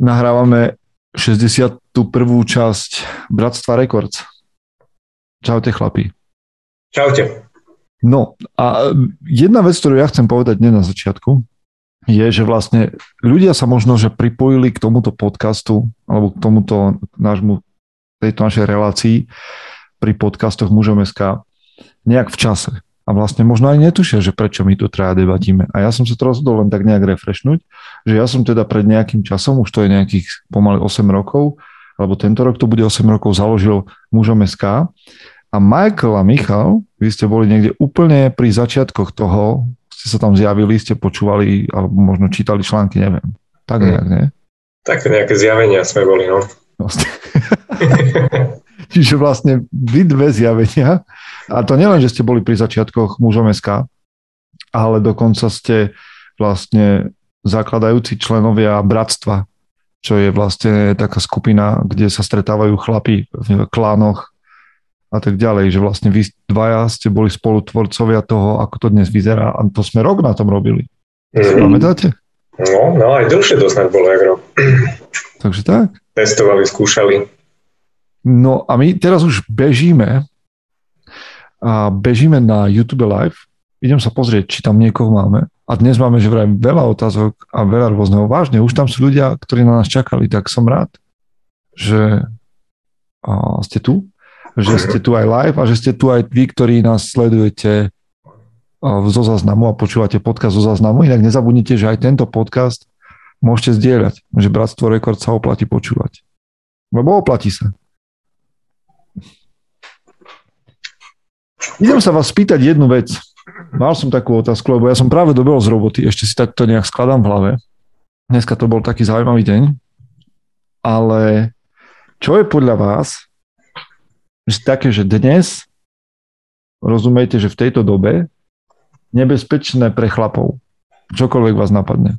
nahrávame 61. časť Bratstva Records. Čaute chlapi. Čaute. No a jedna vec, ktorú ja chcem povedať dnes na začiatku, je, že vlastne ľudia sa možno, že pripojili k tomuto podcastu alebo k tomuto tejto našej relácii pri podcastoch Mužom.sk nejak v čase. A vlastne možno aj netušia, že prečo my tu traja debatíme. A ja som sa to rozhodol len tak nejak refreshnúť, že ja som teda pred nejakým časom, už to je nejakých pomaly 8 rokov, alebo tento rok to bude 8 rokov, založil Mužom.sk. A Michael a Michal, vy ste boli niekde úplne pri začiatkoch toho, ste sa tam zjavili, ste počúvali, alebo možno čítali články, neviem. Tak nejak, nie? Tak nejaké zjavenia sme boli, no. Čiže vlastne vy dve zjavenia, a to nielen, že ste boli pri začiatkoch Mužom.sk, ale dokonca ste vlastne zakladajúci členovia Bratstva, čo je vlastne taká skupina, kde sa stretávajú chlapi v klánoch a tak ďalej, že vlastne vy dvaja ste boli spolutvorcovia toho, ako to dnes vyzerá, a to sme rok na tom robili. Pamätáte? No aj dlhšie to snad bolo, jak rok. Takže tak. Testovali, skúšali. No a my teraz už bežíme na YouTube Live. Idem sa pozrieť, či tam niekoho máme. A dnes máme, že vraj veľa otázok a veľa rôzneho. Vážne, už tam sú ľudia, ktorí na nás čakali, tak som rád, že ste tu, že ste tu aj live a že ste tu aj vy, ktorí nás sledujete zo záznamu a počúvate podcast zo záznamu. Inak nezabudnite, že aj tento podcast môžete zdieľať, že Bratstvo Rekord sa oplatí počúvať. Lebo oplatí sa. Idem sa vás spýtať jednu vec. Mal som takú otázku, lebo ja som práve dobehol z roboty, ešte si takto nejak skladám v hlave. Dneska to bol taký zaujímavý deň. Ale čo je podľa vás také, že dnes, rozumiete, že v tejto dobe nebezpečné pre chlapov? Čokoľvek vás napadne.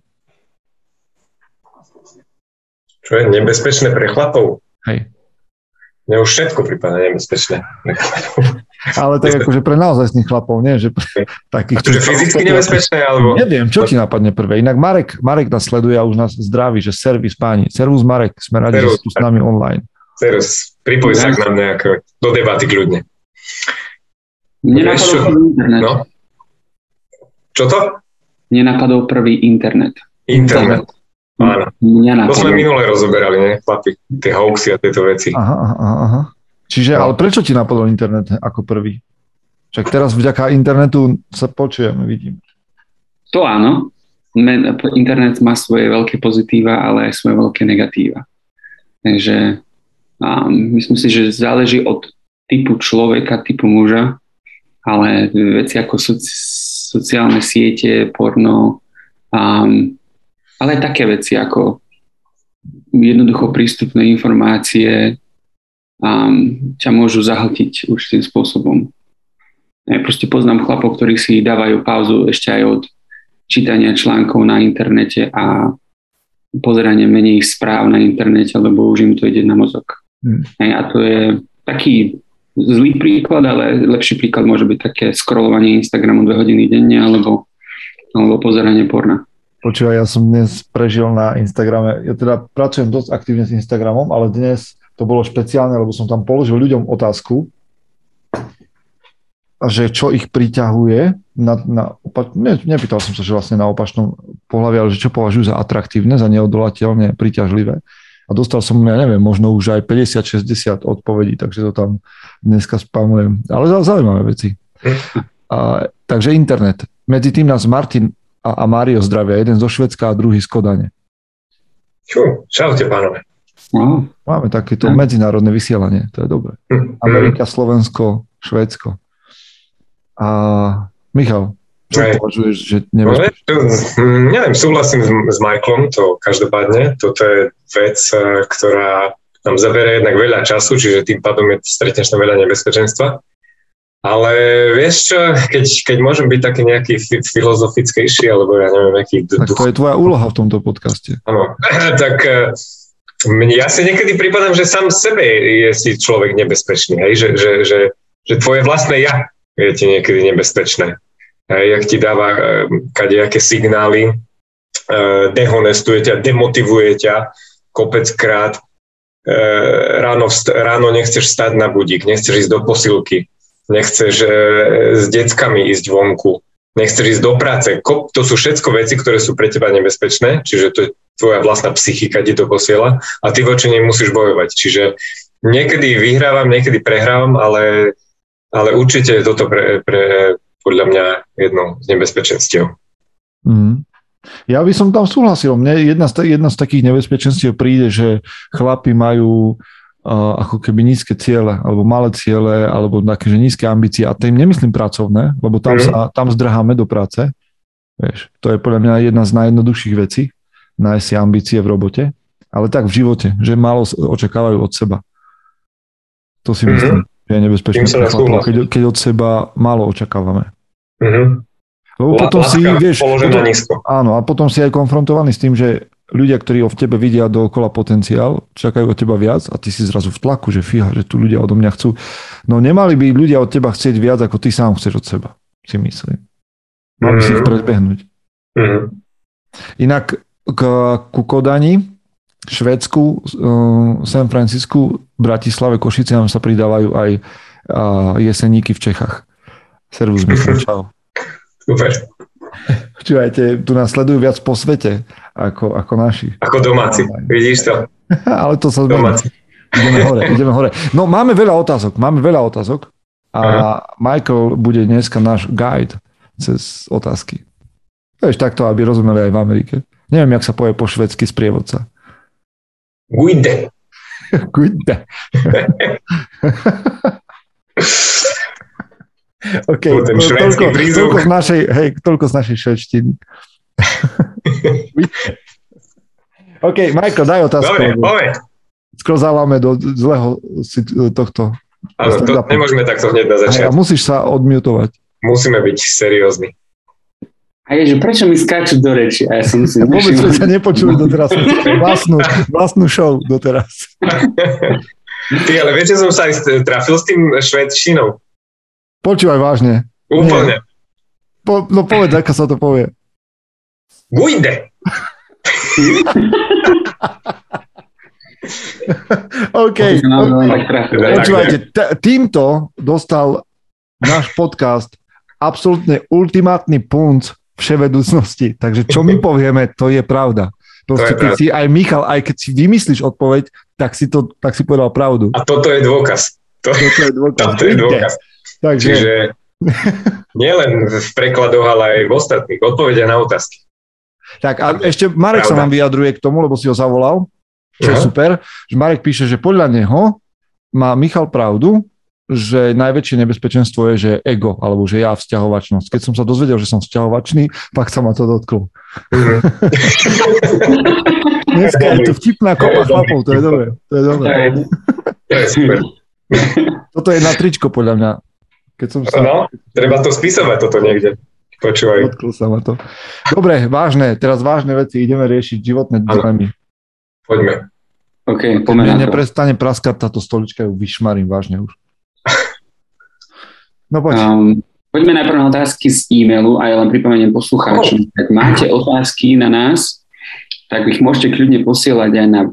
Čo je nebezpečné pre chlapov? Hej. Mne už všetko prípada nebezpečné. Ale tak akože pre naozajstných chlapov, nie? Že pre takých... Akože fyzicky nebezpečné, alebo... Neviem, čo ti napadne prvé. Inak Marek nás sleduje a už nás zdraví, že servis páni. Servus Marek, sme radi, že sú s nami online. Servus, pripoj sa k nám nejako do debaty kľudne. Nenapadol prvý internet. No? Čo to? Nenapadol prvý internet. Internet. Áno. To sme minule rozoberali, nie? Chlapi, tie hoaxy a tieto veci. Aha. Čiže, ale prečo ti napadol internet ako prvý? Však teraz vďaka internetu sa počujeme, vidím. To áno. Internet má svoje veľké pozitíva, ale aj svoje veľké negatíva. Takže myslím si, že záleží od typu človeka, typu muža, ale veci ako sociálne siete, porno, ale aj také veci ako jednoducho prístupné informácie ťa môžu zahltiť už tým spôsobom. Ja proste poznám chlapov, ktorí si dávajú pauzu ešte aj od čítania článkov na internete a pozeranie menej správ na internete, lebo už im to ide na mozog. A to je taký zlý príklad, ale lepší príklad môže byť také scrollovanie Instagramu 2 hodiny denne alebo pozeranie porna. Počúvaj, ja som dnes prežil na Instagrame, ja teda pracujem dosť aktívne s Instagramom, ale dnes to bolo špeciálne, lebo som tam položil ľuďom otázku, že čo ich priťahuje, nepýtal som sa, že vlastne na opačnom pohľavie, ale že čo považujú za atraktívne, za neodolateľne priťažlivé. A dostal som, ja neviem, možno už aj 50-60 odpovedí, takže to tam dneska spamujem. Ale zaujímavé veci. Takže internet. Medzi tým nás Martin a Mário zdravia. Jeden zo Švédska a druhý z Kodane. Čaute, pánové. Máme takéto medzinárodné vysielanie. To je dobré. Amerika, Slovensko, Švédsko. A Michal, čo považuješ, že nebezpečné? Neviem, súhlasím s Michaelom, to každopádne. Toto je vec, ktorá nám zabere jednak veľa času, čiže tým pádom stretneš tam veľa nebezpečenstva. Ale vieš čo, keď môžem byť taký nejaký filozofickejší, alebo ja neviem, aký duch. Tak to je tvoja úloha v tomto podcaste. Áno, tak ja si niekedy pripadám, že sám sebe je si človek nebezpečný, hej? Že tvoje vlastné ja je ti niekedy nebezpečné. Jak ti dáva kadejaké signály, dehonestuje ťa, demotivuje ťa kopeckrát ráno nechceš stať na budík, nechceš ísť do posilky, nechceš s deckami ísť vonku, nechceš ísť do práce. To sú všetko veci, ktoré sú pre teba nebezpečné, čiže to je tvoja vlastná psychika ti to posiela a ty voči nej musíš bojovať. Čiže niekedy vyhrávam, niekedy prehrávam, ale určite je toto pre podľa mňa jedno z nebezpečenstiev. Ja by som tam súhlasil. Mne jedna z takých nebezpečenstiev príde, že chlapi majú ako keby nízke ciele, alebo malé ciele, alebo také, že nízke ambície. A tým nemyslím pracovné, lebo tam zdrháme do práce. Vieš, to je podľa mňa jedna z najjednoduchších vecí, nájsť si ambície v robote, ale tak v živote, že málo očakávajú od seba. To si myslím, že je nebezpečné pre chlapov, keď od seba málo očakávame. Lebo potom si, vieš, áno, a potom si aj konfrontovaný s tým, že ľudia, ktorí v tebe vidia dookola potenciál, čakajú od teba viac a ty si zrazu v tlaku, že fíha, že tu ľudia odo mňa chcú. No nemali by ľudia od teba chcieť viac, ako ty sám chceš od seba, si myslím. Mal by si ich predbehnúť. Inak ku Kodani, Švédsku, San Francisku, Bratislave, Košice nám sa pridávajú aj jeseníky v Čechách. Servus, Michal, čau. Super. Počúvajte, tu nás sledujú viac po svete ako naši. Ako domáci, vidíš to? Ale to sa zmení. Ideme hore. No máme veľa otázok a Michael bude dneska náš guide cez otázky. Vieš, takto, aby rozumeli aj v Amerike. Neviem, jak sa povie po švédsky sprievodca. Guide. OK, toľko z našej švédštiny. OK, Michael, daj otázku. Dobre, povedz. Sklzávame do zlého tohto. Áno, to nemôžeme takto hneď na začiatku. A musíš sa odmutovať. Musíme byť seriózni. A ježe, prečo mi skáču do reči? A ja som si vôbec sme sa nepočuli doteraz. Vlastnú show doteraz. Ty, ale vieš, že som sa aj trafil s tým švédštinou. Počúvaj vážne. Úplne. No povedz, ako sa to povie. Guide. OK. Počúvajte, týmto dostal náš podcast absolútne ultimátny punc vševedúcnosti. Takže čo my povieme, to je pravda. Proste, keď si aj Michal, aj keď si vymyslíš odpoveď, tak si povedal pravdu. A toto je dôkaz. Toto je dôkaz. Takže... Čiže nielen v prekladoch, ale aj v ostatných odpovedia na otázky. Tak a ešte Marek sa nám vyjadruje k tomu, lebo si ho zavolal, čo je super. Že Marek píše, že podľa neho má Michal pravdu, že najväčšie nebezpečenstvo je, že ego, alebo že ja vzťahovačnosť. Keď som sa dozvedel, že som vzťahovačný, pak sa ma to dotklo. Dneska je to vtipná kopa chlapov, to je dobré. To je super. Toto je na tričko, podľa mňa. Keď som sa... No, treba to spisovať toto niekde. Počúvaj. Dotklo sa ma to. Dobre, teraz vážne veci, ideme riešiť životné dilemy. Poďme. OK, poďme na to. Neprestane praskať táto stolička, ju vyšmarím vážne už. No poď. Poďme najprv na otázky z e-mailu a ja len pripomeniem poslucháčom. Ak máte otázky na nás, tak ich môžete kľudne posielať aj na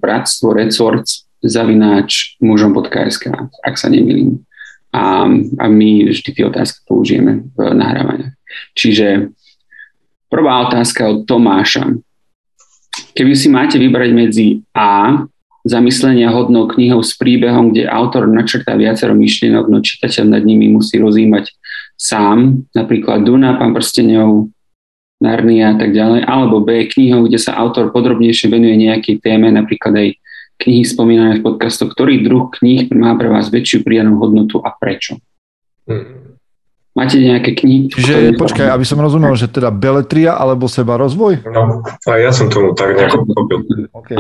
bratstvoresorts@mužom.sk, ak sa nemýlim. A my vždy tie otázky použijeme v nahrávaniach. Čiže prvá otázka od Tomáša. Keby si máte vybrať medzi A, zamyslenia hodnou knihou s príbehom, kde autor načrtá viacero myšlienok, no čitateľ nad nimi musí rozímať sám, napríklad Duna, Pán prstenov, Narnia a tak ďalej, alebo B, knihou, kde sa autor podrobnejšie venuje nejakej téme, napríklad aj knihy spomínané v podcastoch. Ktorý druh kníh má pre vás väčšiu pridanú hodnotu a prečo? Máte nejaké knihy? Čiže počkaj, aby som rozumel, že teda beletria alebo seba rozvoj? No, a ja som tomu tak nejako pochopil. Okay.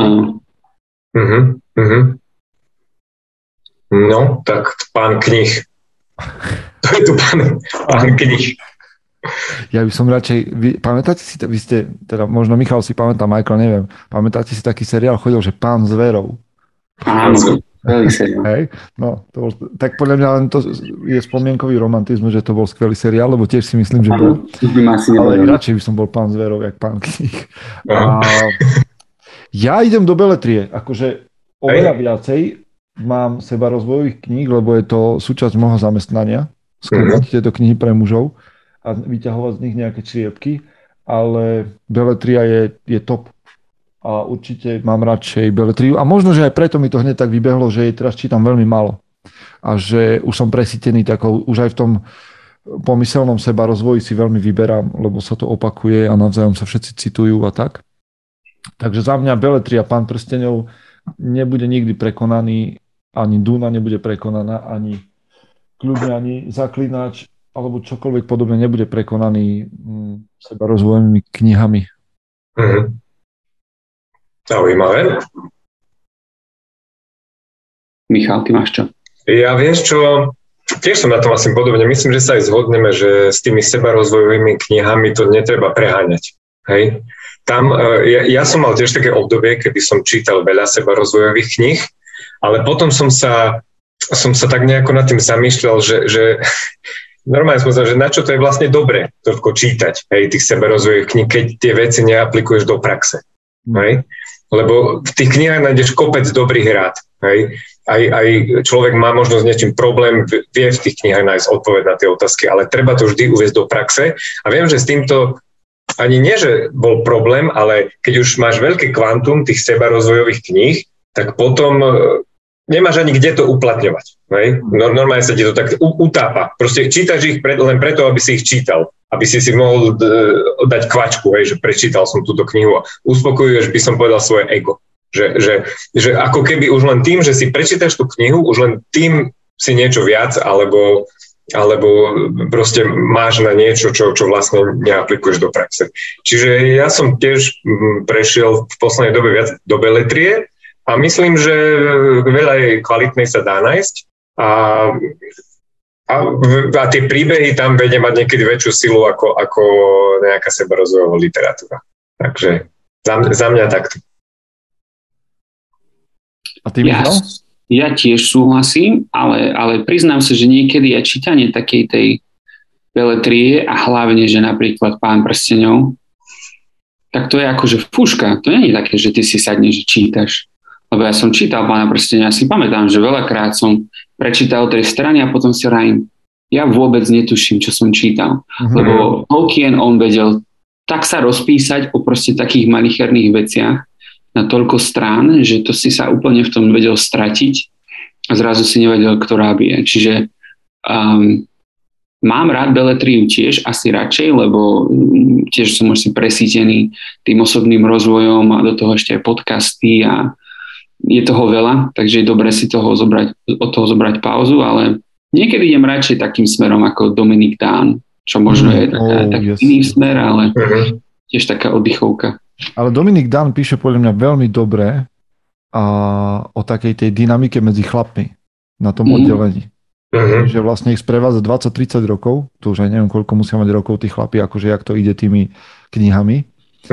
No, tak pán knih. To je tu pán knih. Ja by som radšej... Pamätáte si, vy ste, teda možno Michal si pamätá, Michael, neviem. Pamätáte si taký seriál, chodil, že Pán zverov? Áno, skvelý seriál. Hej, no, to bol, tak podľa mňa len to je spomienkový romantizmus, že to bol skvelý seriál, lebo tiež si myslím, že bol. Ale radšej by som bol Pán zverov, jak Pán knih. Ja idem do beletrie, akože oveľa viacej mám sebarozvojových kníh, lebo je to súčasť môjho zamestnania, skladať tieto knihy pre mužov a vyťahovať z nich nejaké čriepky, ale beletria je top. A určite mám radšej beletriu. A možno, že aj preto mi to hneď tak vybehlo, že jej teraz čítam veľmi málo. A že už som presítený takou, už aj v tom pomyselnom sebarozvoji si veľmi vyberám, lebo sa to opakuje a navzájom sa všetci citujú a tak. Takže za mňa beletria Pán prsteňov nebude nikdy prekonaný, ani Duna nebude prekonaná, ani kľudne ani Zaklinač, alebo čokoľvek podobne nebude prekonaný sebarozvojovými knihami. Zaujímavé. Michal, ty máš čo? Ja vieš čo, tiež som na tom asi podobne. Myslím, že sa aj zhodneme, že s tými sebarozvojovými knihami to netreba preháňať. Hej? Tam, ja som mal tiež také obdobie, kedy som čítal veľa sebarozvojových kníh, ale potom som sa tak nejako nad tým zamýšľal, že normálne som sa, že na čo to je vlastne dobre toľko čítať, hej, tých sebarozvojových kníh, keď tie veci neaplikuješ do praxe. Hej? Lebo v tých knihách nájdeš kopec dobrých rád. Hej? Aj človek má možno s niečím problém, vie v tých knihách nájsť odpoveď na tie otázky, ale treba to vždy uviesť do praxe. A viem, že s týmto ani nie, že bol problém, ale keď už máš veľké kvantum tých sebarozvojových kníh, tak potom nemáš ani kde to uplatňovať. Hej? Normálne sa ti to tak utápa. Proste čítaš ich len preto, aby si ich čítal. Aby si mohol dať kvačku, hej, že prečítal som túto knihu a uspokojuješ, by som povedal, svoje ego. Že ako keby už len tým, že si prečítaš tú knihu, už len tým si niečo viac, alebo proste máš na niečo, čo vlastne neaplikuješ do praxe. Čiže ja som tiež prešiel v poslednej dobe viac do beletrie a myslím, že veľa jej kvalitnej sa dá nájsť a tie príbehy tam vedia mať niekedy väčšiu silu ako nejaká sebarozvojová literatúra. Takže za mňa takto. A ty, Michal? Ja tiež súhlasím, ale priznám sa, že niekedy aj čítanie takej tej beletrie a hlavne, že napríklad Pán prsteňov, tak to je akože fúška. To nie je také, že ty si sadneš, že čítaš. Lebo ja som čítal Pána prsteňa, ja si pamätám, že veľakrát som prečítal 3 strany a potom si rajím, ja vôbec netuším, čo som čítal. Lebo Tolkien, on vedel tak sa rozpísať o proste takých malicherných veciach na toľko strán, že to si sa úplne v tom vedel stratiť a zrazu si nevedel, ktorá by je. Čiže mám rád beletriu tiež, asi radšej, lebo tiež som už si presítený tým osobným rozvojom a do toho ešte aj podcasty a je toho veľa, takže je dobre si od toho zobrať pauzu, ale niekedy idem radšej takým smerom ako Dominik Dán, čo možno je taký iný smer, ale tiež taká oddychovka. Ale Dominik Dán píše podľa mňa veľmi dobre o takej tej dynamike medzi chlapmi na tom oddelení. Že vlastne ich sprevádza 20-30 rokov, to už aj neviem, koľko musia mať rokov tí chlapi, akože jak to ide tými knihami.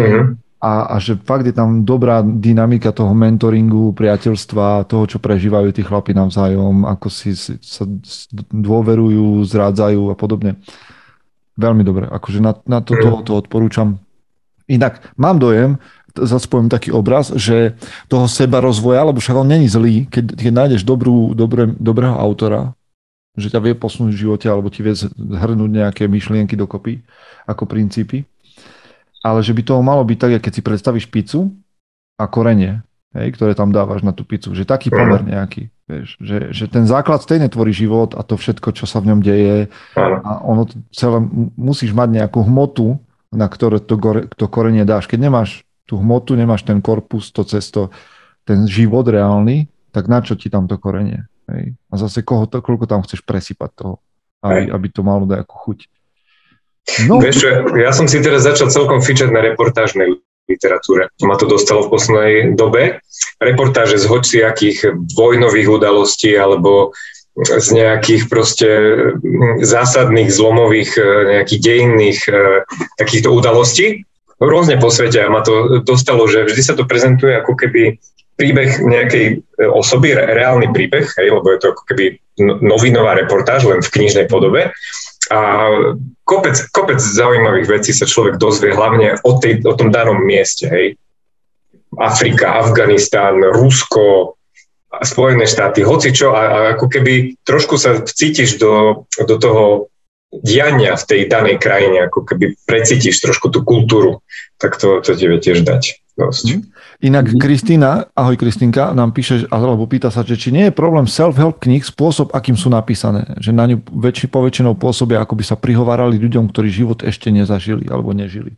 A že fakt je tam dobrá dynamika toho mentoringu, priateľstva, toho, čo prežívajú tí chlapi navzájom, ako si sa dôverujú, zrádzajú a podobne. Veľmi dobre, akože na to odporúčam. Inak mám dojem, zase poviem taký obraz, že toho sebarozvoja, lebo však on není zlý, keď nájdeš dobrého autora, že ťa vie posunúť v živote, alebo ti vie zhrnúť nejaké myšlienky dokopy, ako princípy. Ale že by toho malo byť tak, keď si predstavíš pizzu a korenie, hej, ktoré tam dávaš na tú pizzu, že taký pomer nejaký, vieš, že ten základ stejne tvorí život a to všetko, čo sa v ňom deje a ono celé, musíš mať nejakú hmotu, na ktoré to korenie dáš. Keď nemáš tú hmotu, nemáš ten korpus, to cesto, ten život reálny, tak na čo ti tam to korenie? Hej? A zase koľko tam chceš presypať toho, aby to malo nejakú chuť. No. Vieš čo, ja som si teraz začal celkom fičať na reportážnej literatúre. Ma to dostalo v poslednej dobe. Reportáže z hociakých vojnových udalostí alebo z nejakých proste zásadných, zlomových, nejakých dejinných takýchto udalostí. Rôzne po svete a ma to dostalo, že vždy sa to prezentuje ako keby príbeh nejakej osoby, reálny príbeh, hej, lebo je to ako keby novinová reportáž, len v knižnej podobe. A kopec zaujímavých vecí sa človek dozvie, hlavne o tom danom mieste. Hej. Afrika, Afganistán, Rusko, Spojené štáty, hocičo a ako keby trošku sa vcítiš do toho diania v tej danej krajine, ako keby precítiš trošku tú kultúru, tak to ti vie tiež dať dosť. Inak Kristína, ahoj Kristínka, nám píše, alebo pýta sa, že či nie je problém self-help kníh spôsob, akým sú napísané, že na ňu poväčšinou pôsobia, ako by sa prihovárali ľuďom, ktorí život ešte nezažili alebo nežili.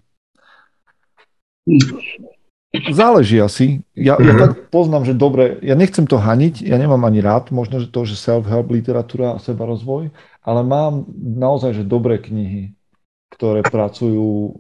Záleží asi. Ja tak poznám, že dobre, ja nechcem to haniť, ja nemám ani rád, možno, že to, že self-help, literatúra a sebarozvoj, ale mám naozaj, že dobré knihy, ktoré pracujú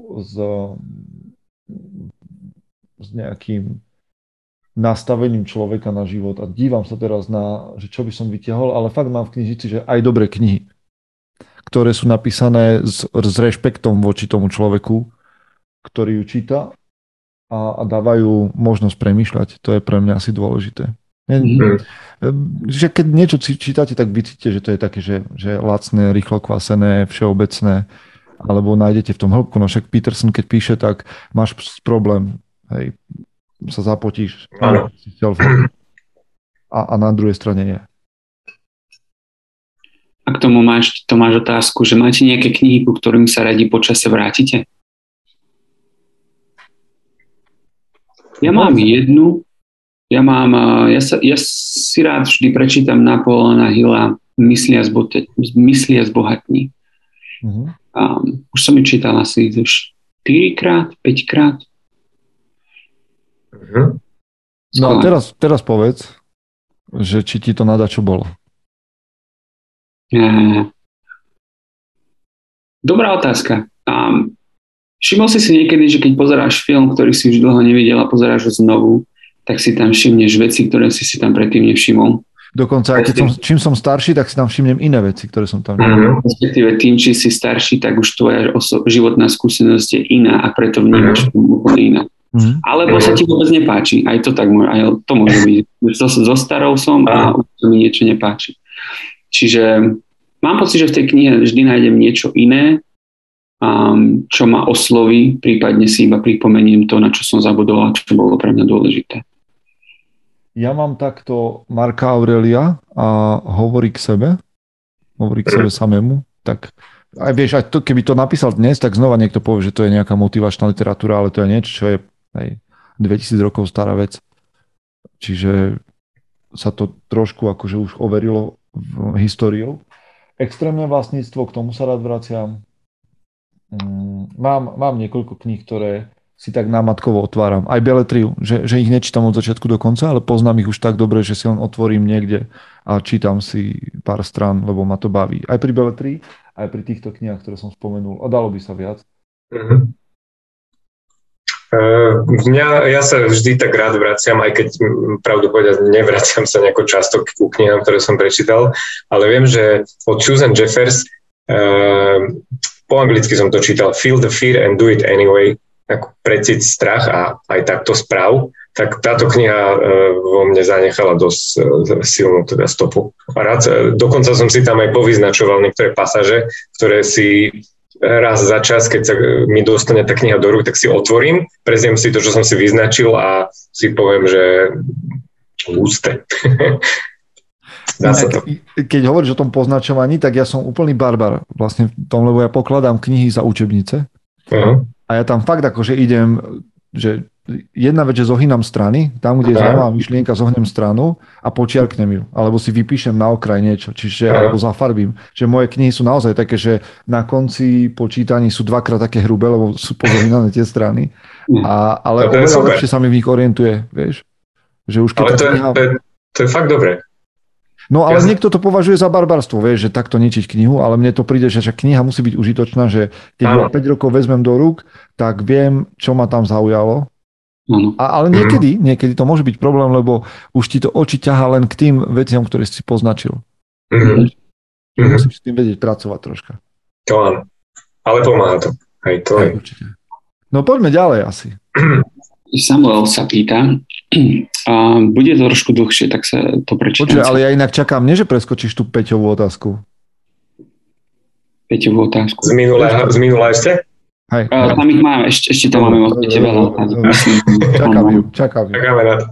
s nejakým nastavením človeka na život a dívam sa teraz na, že čo by som vytiahol, ale fakt mám v knižnici, že aj dobré knihy, ktoré sú napísané s rešpektom voči tomu človeku, ktorý ju číta a dávajú možnosť premýšľať. To je pre mňa asi dôležité. Že keď niečo čítate, tak vycítite, že to je také, že lacné, rýchlo kvasené, všeobecné, alebo nájdete v tom hĺbku. No však Peterson, keď píše, tak máš problém, hej, sa zapotíš. A na druhej strane nie. A k tomu máš otázku, že máte nejaké knihy, ku ktorým sa radi počase vrátite? Ja mám jednu, ja si rád vždy prečítam Napoleona Hilla Mysli a zbohatní. Už som ju čítal asi 4-krát, 5-krát. No a teraz povedz, že či ti to nada čo bolo. Dobrá otázka. Všimol si niekedy, že keď pozeráš film, ktorý si už dlho nevidel a pozeráš ho znovu, tak si tam všimneš veci, ktoré si tam predtým nevšimol. Dokonca, čím som starší, tak si tam všimnem iné veci, ktoré som tam nevšimol. Respektíve tým, či si starší, tak už tvoja životná skúsenosť je iná a preto vnímaš úplne inak. Alebo sa ti vôbec nepáči. Aj to tak aj to môže byť. So starou som a už mi niečo nepáči. Čiže mám pocit, že v tej knihe vždy nájdem niečo iné, čo ma osloví, prípadne si iba pripomeniem to, na čo som zabudol a čo bolo pre mňa dôležité. Ja mám takto Marka Aurelia a hovorí k sebe samému, tak aj vieš, aj to, keby to napísal dnes, tak znova niekto povie, že to je nejaká motivačná literatúra, ale to je niečo, čo je 2000 rokov stará vec. Čiže sa to trošku akože už overilo históriou. Extrémne vlastníctvo, k tomu sa rád vraciam. Mám niekoľko kníh, ktoré si tak námatkovo otváram. Aj Beletriu, že ich nečítam od začiatku do konca, ale poznám ich už tak dobre, že si len otvorím niekde a čítam si pár strán, lebo ma to baví. Aj pri Beletrii, aj pri týchto knihách, ktoré som spomenul. A dalo by sa viac. Ja sa vždy tak rád vraciam, aj keď pravdu povedať nevraciam sa nejako často ku knihám, ktoré som prečítal, ale viem, že od Susan Jeffers po anglicky som to čítal Feel the fear and do it anyway, ako precíť strach a aj takto správ, tak táto kniha vo mne zanechala dosť silnú teda stopu. A dokonca som si tam aj povyznačoval niektoré pasáže, ktoré si raz za čas, keď sa mi dostane tá kniha do rúk, tak si otvorím, prezriem si to, čo som si vyznačil a si poviem, že úste. Keď hovoríš o tom poznačovaní, tak ja som úplný barbar vlastne v tom, lebo ja pokladám knihy za učebnice a ja tam fakt akože idem, že jedna vec, že zohynám strany, tam, kde je zaujímavá myšlienka, zohnem stranu a počiarknem ju, alebo si vypíšem na okraj niečo, čiže alebo zafarbím. Že moje knihy sú naozaj také, že na konci počítaní sú dvakrát také hrubé, lebo sú pozohýnané tie strany, ale oveľa lepšie sa mi v nich orientuje, vieš. Že už keď to je fakt dobré. No ale niekto to považuje za barbarstvo, vieš, že takto ničiť knihu, ale mne to príde, že kniha musí byť užitočná, že keď ju 5 rokov vezmem do rúk, tak viem, čo ma tam zaujalo. Ale niekedy to môže byť problém, lebo už ti to oči ťahá len k tým veciam, ktoré si poznačil. Musíš s tým vedieť pracovať troška. To áno. Ale pomáha to. Aj to je. Určite. No poďme ďalej asi. Samuel sa pýta, bude to trošku dlhšie, tak sa to prečítam. Počuť, ale ja inak čakám, nie že preskočíš tú Peťovú otázku. Peťovú otázku. Z minula ešte? Hej. Tam ich máme, ešte tam máme odpäť veľa. Čakáme na to.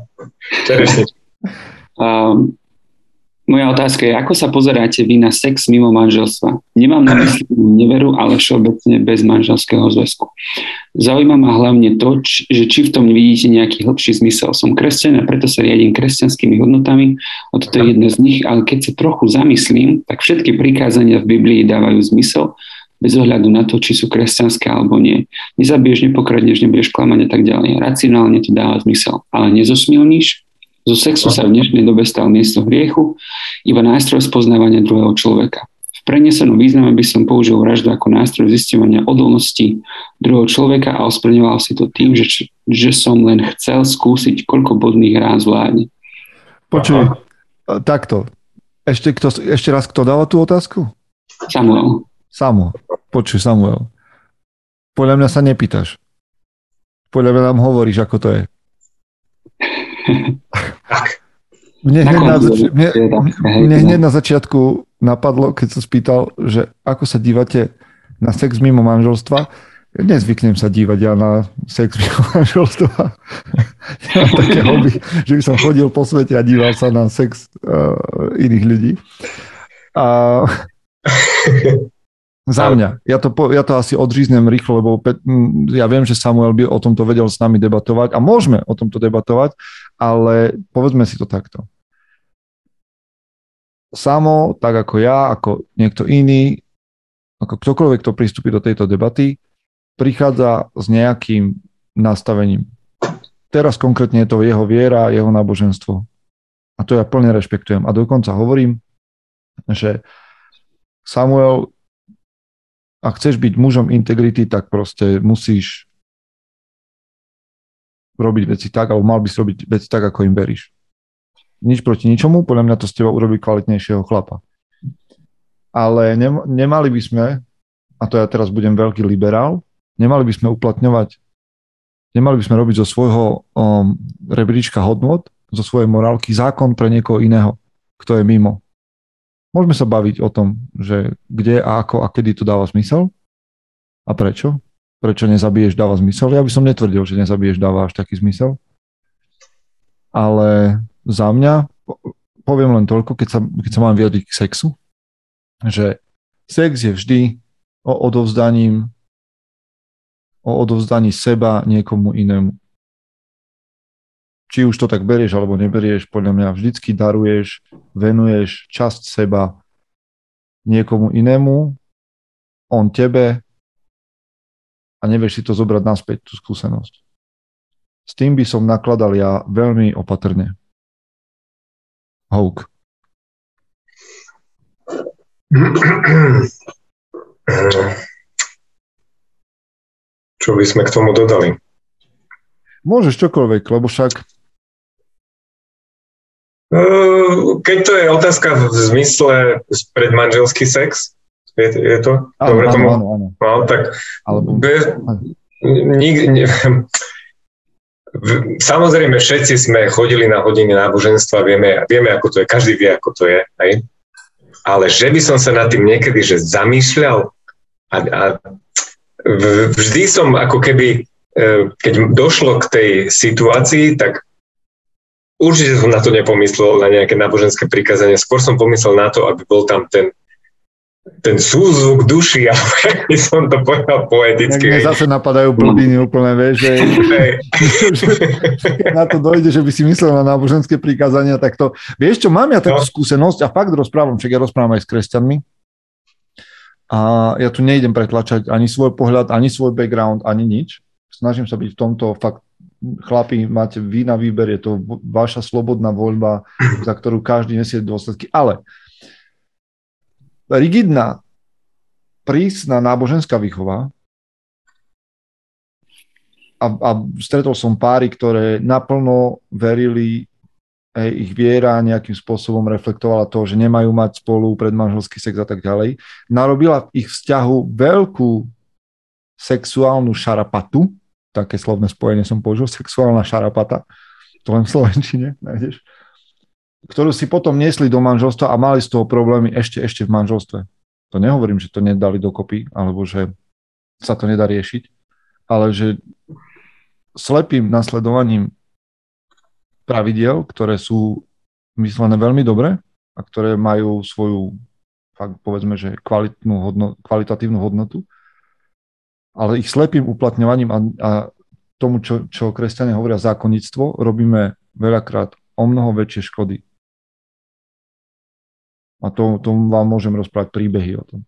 Moja otázka je, ako sa pozeráte vy na sex mimo manželstva? Nemám na mysli neveru, ale všeobecne bez manželského zväzku. Zaujíma ma hlavne to, že či v tom vidíte nejaký hlbší zmysel. Som kresťan a preto sa riadím kresťanskými hodnotami a toto je jedno z nich, ale keď sa trochu zamyslím, tak všetky prikázania v Biblii dávajú zmysel bez ohľadu na to, či sú kresťanské alebo nie. Nezabiješ, nepokradneš, nebudeš klamať a tak ďalej. Racionálne to dáva zmysel, ale nezosmilníš. Zo sexu sa v dnešnej dobe stal miesto hriechu, iba nástroj spoznávania druhého človeka. V prenesenom význame by som použil vraždu ako nástroj zisťovania odolnosti druhého človeka a ospravedlňoval si to tým, že som len chcel skúsiť, koľko bodných rán zvládne. Počuj, takto. Ešte raz, kto dáva tú otázku? Samuel. Počuj, Samuel. Podľa mňa sa nepýtaš. Podľa mňa nám hovoríš, ako to je. Mne hneď na začiatku napadlo, keď som spýtal, že ako sa dívate na sex mimo manželstva. Nezvyknem sa dívať ja na sex mimo manželstva. Nemám také hobby, že by som chodil po svete a díval sa na sex iných ľudí. A za mňa. Ja to asi odříznem rýchlo, lebo ja viem, že Samuel by o tomto vedel s nami debatovať a môžeme o tomto debatovať, ale povedzme si to takto. Samo, tak ako ja, ako niekto iný, ako ktokoľvek, kto pristúpi do tejto debaty, prichádza s nejakým nastavením. Teraz konkrétne je to jeho viera, jeho náboženstvo. A to ja plne rešpektujem. A dokonca hovorím, že Samuel, ak chceš byť mužom integrity, tak proste musíš robiť veci tak, alebo mal by si robiť veci tak, ako im veríš. Nič proti ničomu, podľa mňa to z teba urobí kvalitnejšieho chlapa. Ale nemali by sme, a to ja teraz budem veľký liberál, nemali by sme robiť zo svojho rebríčka hodnot, zo svojej morálky zákon pre niekoho iného, kto je mimo. Môžeme sa baviť o tom, že kde a ako a kedy to dáva zmysel a prečo. Prečo nezabiješ dáva zmysel. Ja by som netvrdil, že nezabiješ dáva až taký zmysel. Ale za mňa, poviem len toľko, keď sa mám vyjadriť k sexu, že sex je vždy o odovzdaní seba niekomu inému. Či už to tak berieš alebo neberieš, podľa mňa vždycky daruješ, venuješ časť seba niekomu inému, on tebe a nevieš si to zobrať naspäť, tú skúsenosť. S tým by som nakladal ja veľmi opatrne. Houk. Čo by sme k tomu dodali? Môžeš čokoľvek, lebo však keď to je otázka v zmysle predmanželský sex, je to? Áno. No, tak samozrejme všetci sme chodili na hodiny náboženstva, vieme, ako to je, každý vie, ako to je, hej? Ale že by som sa nad tým niekedy že zamýšľal a vždy som ako keby, keď došlo k tej situácii, tak určite som na to nepomyslel, na nejaké náboženské prikázanie. Skôr som pomyslel na to, aby bol tam ten súzvuk duši, ale by som to povedal poeticky. Mne zase napadajú blbiny úplne, vieš, že na to dojde, že by si myslel na náboženské prikázania, tak to... Vieš čo, mám ja takú skúsenosť a fakt rozprávam, však ja rozprávam aj s kresťanmi a ja tu nejdem pretlačať ani svoj pohľad, ani svoj background, ani nič. Snažím sa byť v tomto fakt. Chlapi, máte vy na výber, je to vaša slobodná voľba, za ktorú každý nesie dôsledky. Ale rigidná, prísna náboženská výchova a stretol som páry, ktoré naplno verili, ich viera nejakým spôsobom reflektovala to, že nemajú mať spolu predmanželský sex a tak ďalej, narobila v ich vzťahu veľkú sexuálnu šarapatu. Také slovné spojenie som použil, sexuálna šarapata, to len v slovenčine nájdeš, ktorú si potom niesli do manželstva a mali z toho problémy ešte v manželstve. To nehovorím, že to nedali dokopy, alebo že sa to nedá riešiť, ale že slepým nasledovaním pravidiel, ktoré sú myslené veľmi dobre a ktoré majú svoju, fakt povedzme, že kvalitatívnu hodnotu, ale ich slepým uplatňovaním a tomu, čo kresťania hovoria zákonníctvo, robíme veľakrát o mnoho väčšie škody. A tomu vám môžem rozprávať príbehy o tom.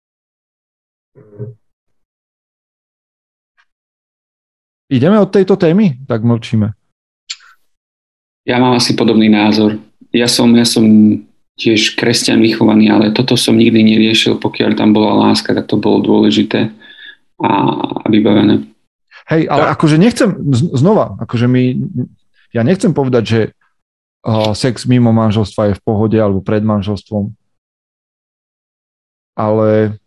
Ideme od tejto témy? Tak mlčíme. Ja mám asi podobný názor. Ja som tiež kresťan vychovaný, ale toto som nikdy neriešil, pokiaľ tam bola láska, tak to bolo dôležité a vybavené. Hej, ale akože nechcem, znova, ja nechcem povedať, že sex mimo manželstva je v pohode alebo pred manželstvom, ale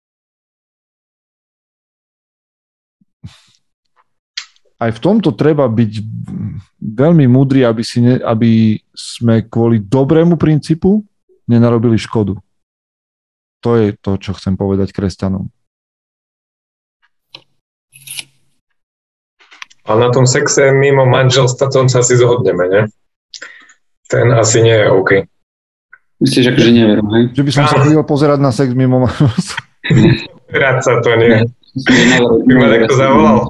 aj v tomto treba byť veľmi múdry, aby sme kvôli dobrému princípu nenarobili škodu. To je to, čo chcem povedať kresťanom. A na tom sexe mimo manželstva tom sa asi zhodneme, ne? Ten asi nie je OK. Myslíš, že neverím, hej? Že by som sa chcel pozerať na sex mimo manželstva. Rád sa to nie. By ma niekto zavolal.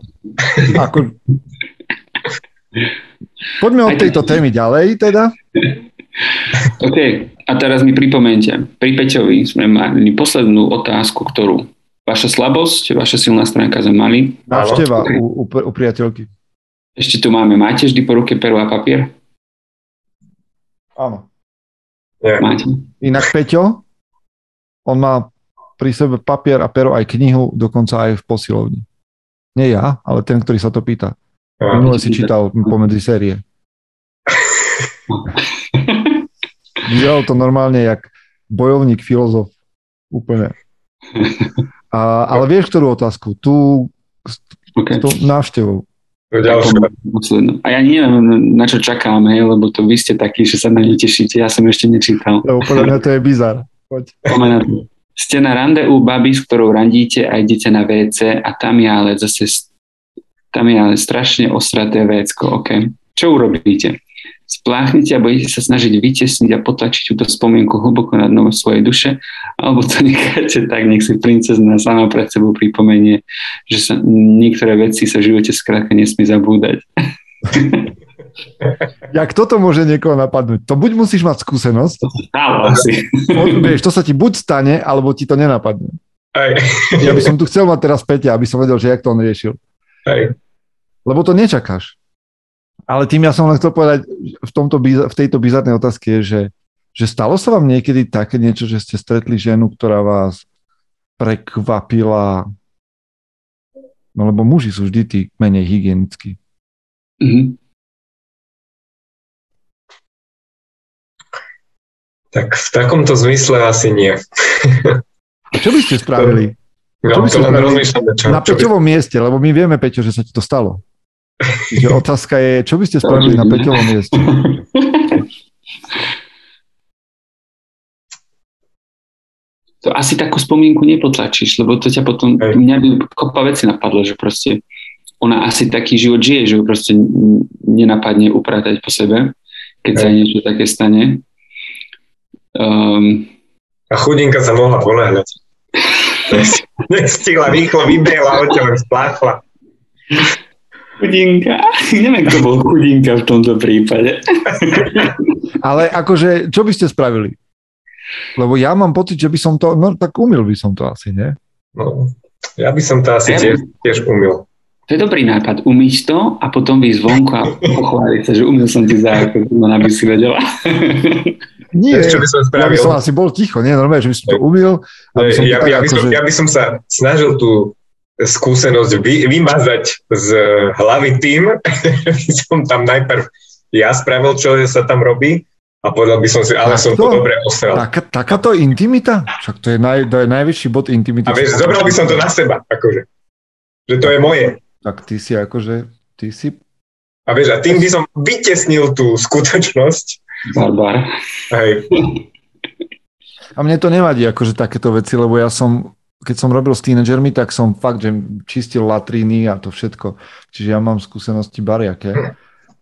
Poďme od tejto témy ďalej, teda. OK, a teraz mi pripomente. Pri Peťovi sme mali poslednú otázku, ktorú vaša slabosť, vaša silná stránka sme mali. Návšteva u priateľky. Ešte tu máme. Máte vždy po ruke pero a papier? Áno. Máte. Inak Peťo, on má pri sebe papier a pero aj knihu, dokonca aj v posilovni. Nie ja, ale ten, ktorý sa to pýta. Minule si čítal pomedzi série. Vyzeral to normálne jak bojovník, filozof. Úplne. Ale vieš, ktorú otázku? Tú návštevou. A ja neviem, na čo čakám, hej, lebo to vy ste takí, že sa na ne tešíte. Ja som ešte nečítal. Lebo podľa mňa to je bizar. Poď. Ste na rande u baby, s ktorou randíte a idete na WC a tam je ale strašne ostraté vécko, ok. Čo urobíte? Spláchnite a budete sa snažiť vytesniť a potlačiť túto spomienku hlboko na dno svojej duše, alebo to necháte tak, nech si princezna sama pred sebou pripomenie, že sa niektoré veci sa v živote skrátka nesmie zabúdať. Jak toto môže niekoho napadnúť? To buď musíš mať skúsenosť, vieš, to sa ti buď stane, alebo ti to nenapadne. Aj. Ja by som tu chcel mať teraz Peťa, aby som vedel, že jak to on riešil. Aj. Lebo to nečakáš. Ale tým ja som len chcel povedať v tejto bizarnej otázke je, že stalo sa vám niekedy také niečo, že ste stretli ženu, ktorá vás prekvapila, no lebo muži sú vždy tí menej hygienickí. Mhm. Tak v takomto zmysle asi nie. A čo by ste spravili? Na Peťovom mieste, lebo my vieme, Peťo, že sa ti to stalo. Čiže otázka je, čo by ste spravili na Peťovom mieste? To asi takú spomienku nepotlačíš, lebo to ťa potom, mňa by kopa veci napadlo, že proste ona asi taký život žije, že ju proste nenapadne upratať po sebe, keď sa niečo také stane. A chudinka sa mohla ponáhľať. Nestihla, rýchlo vybehla, odtiaľ spláchla. Chudinka. Neviem, kto bol chudinka v tomto prípade. Ale akože, čo by ste spravili? Lebo ja mám pocit, že by som to, no tak umil by som to asi, nie? No, ja by som to asi tiež umil. To je dobrý nápad, umyť to a potom výjsť zvonku a pochváliť sa, že umil som ti základ, aby si vedela. Nie, ja by som asi bol ticho, nie, normálne, že by som to umil. Ja by som sa snažil tú skúsenosť vymazať z hlavy tým, že som tam najprv ja spravil, čo sa tam robí a povedal by som si, ale som to dobre osral. Takáto intimita? Však to je najvyšší bod intimity. A vieš, zobral by som to na seba, akože. Že to je moje. Tak ty si akože, A vieš, a tým by som vytesnil tú skutočnosť. Barbar. Hej. A mne to nevadí, akože takéto veci, lebo ja som keď som robil s tínedžermi, tak som fakt, že čistil latríny a to všetko. Čiže ja mám skúsenosti bariaké.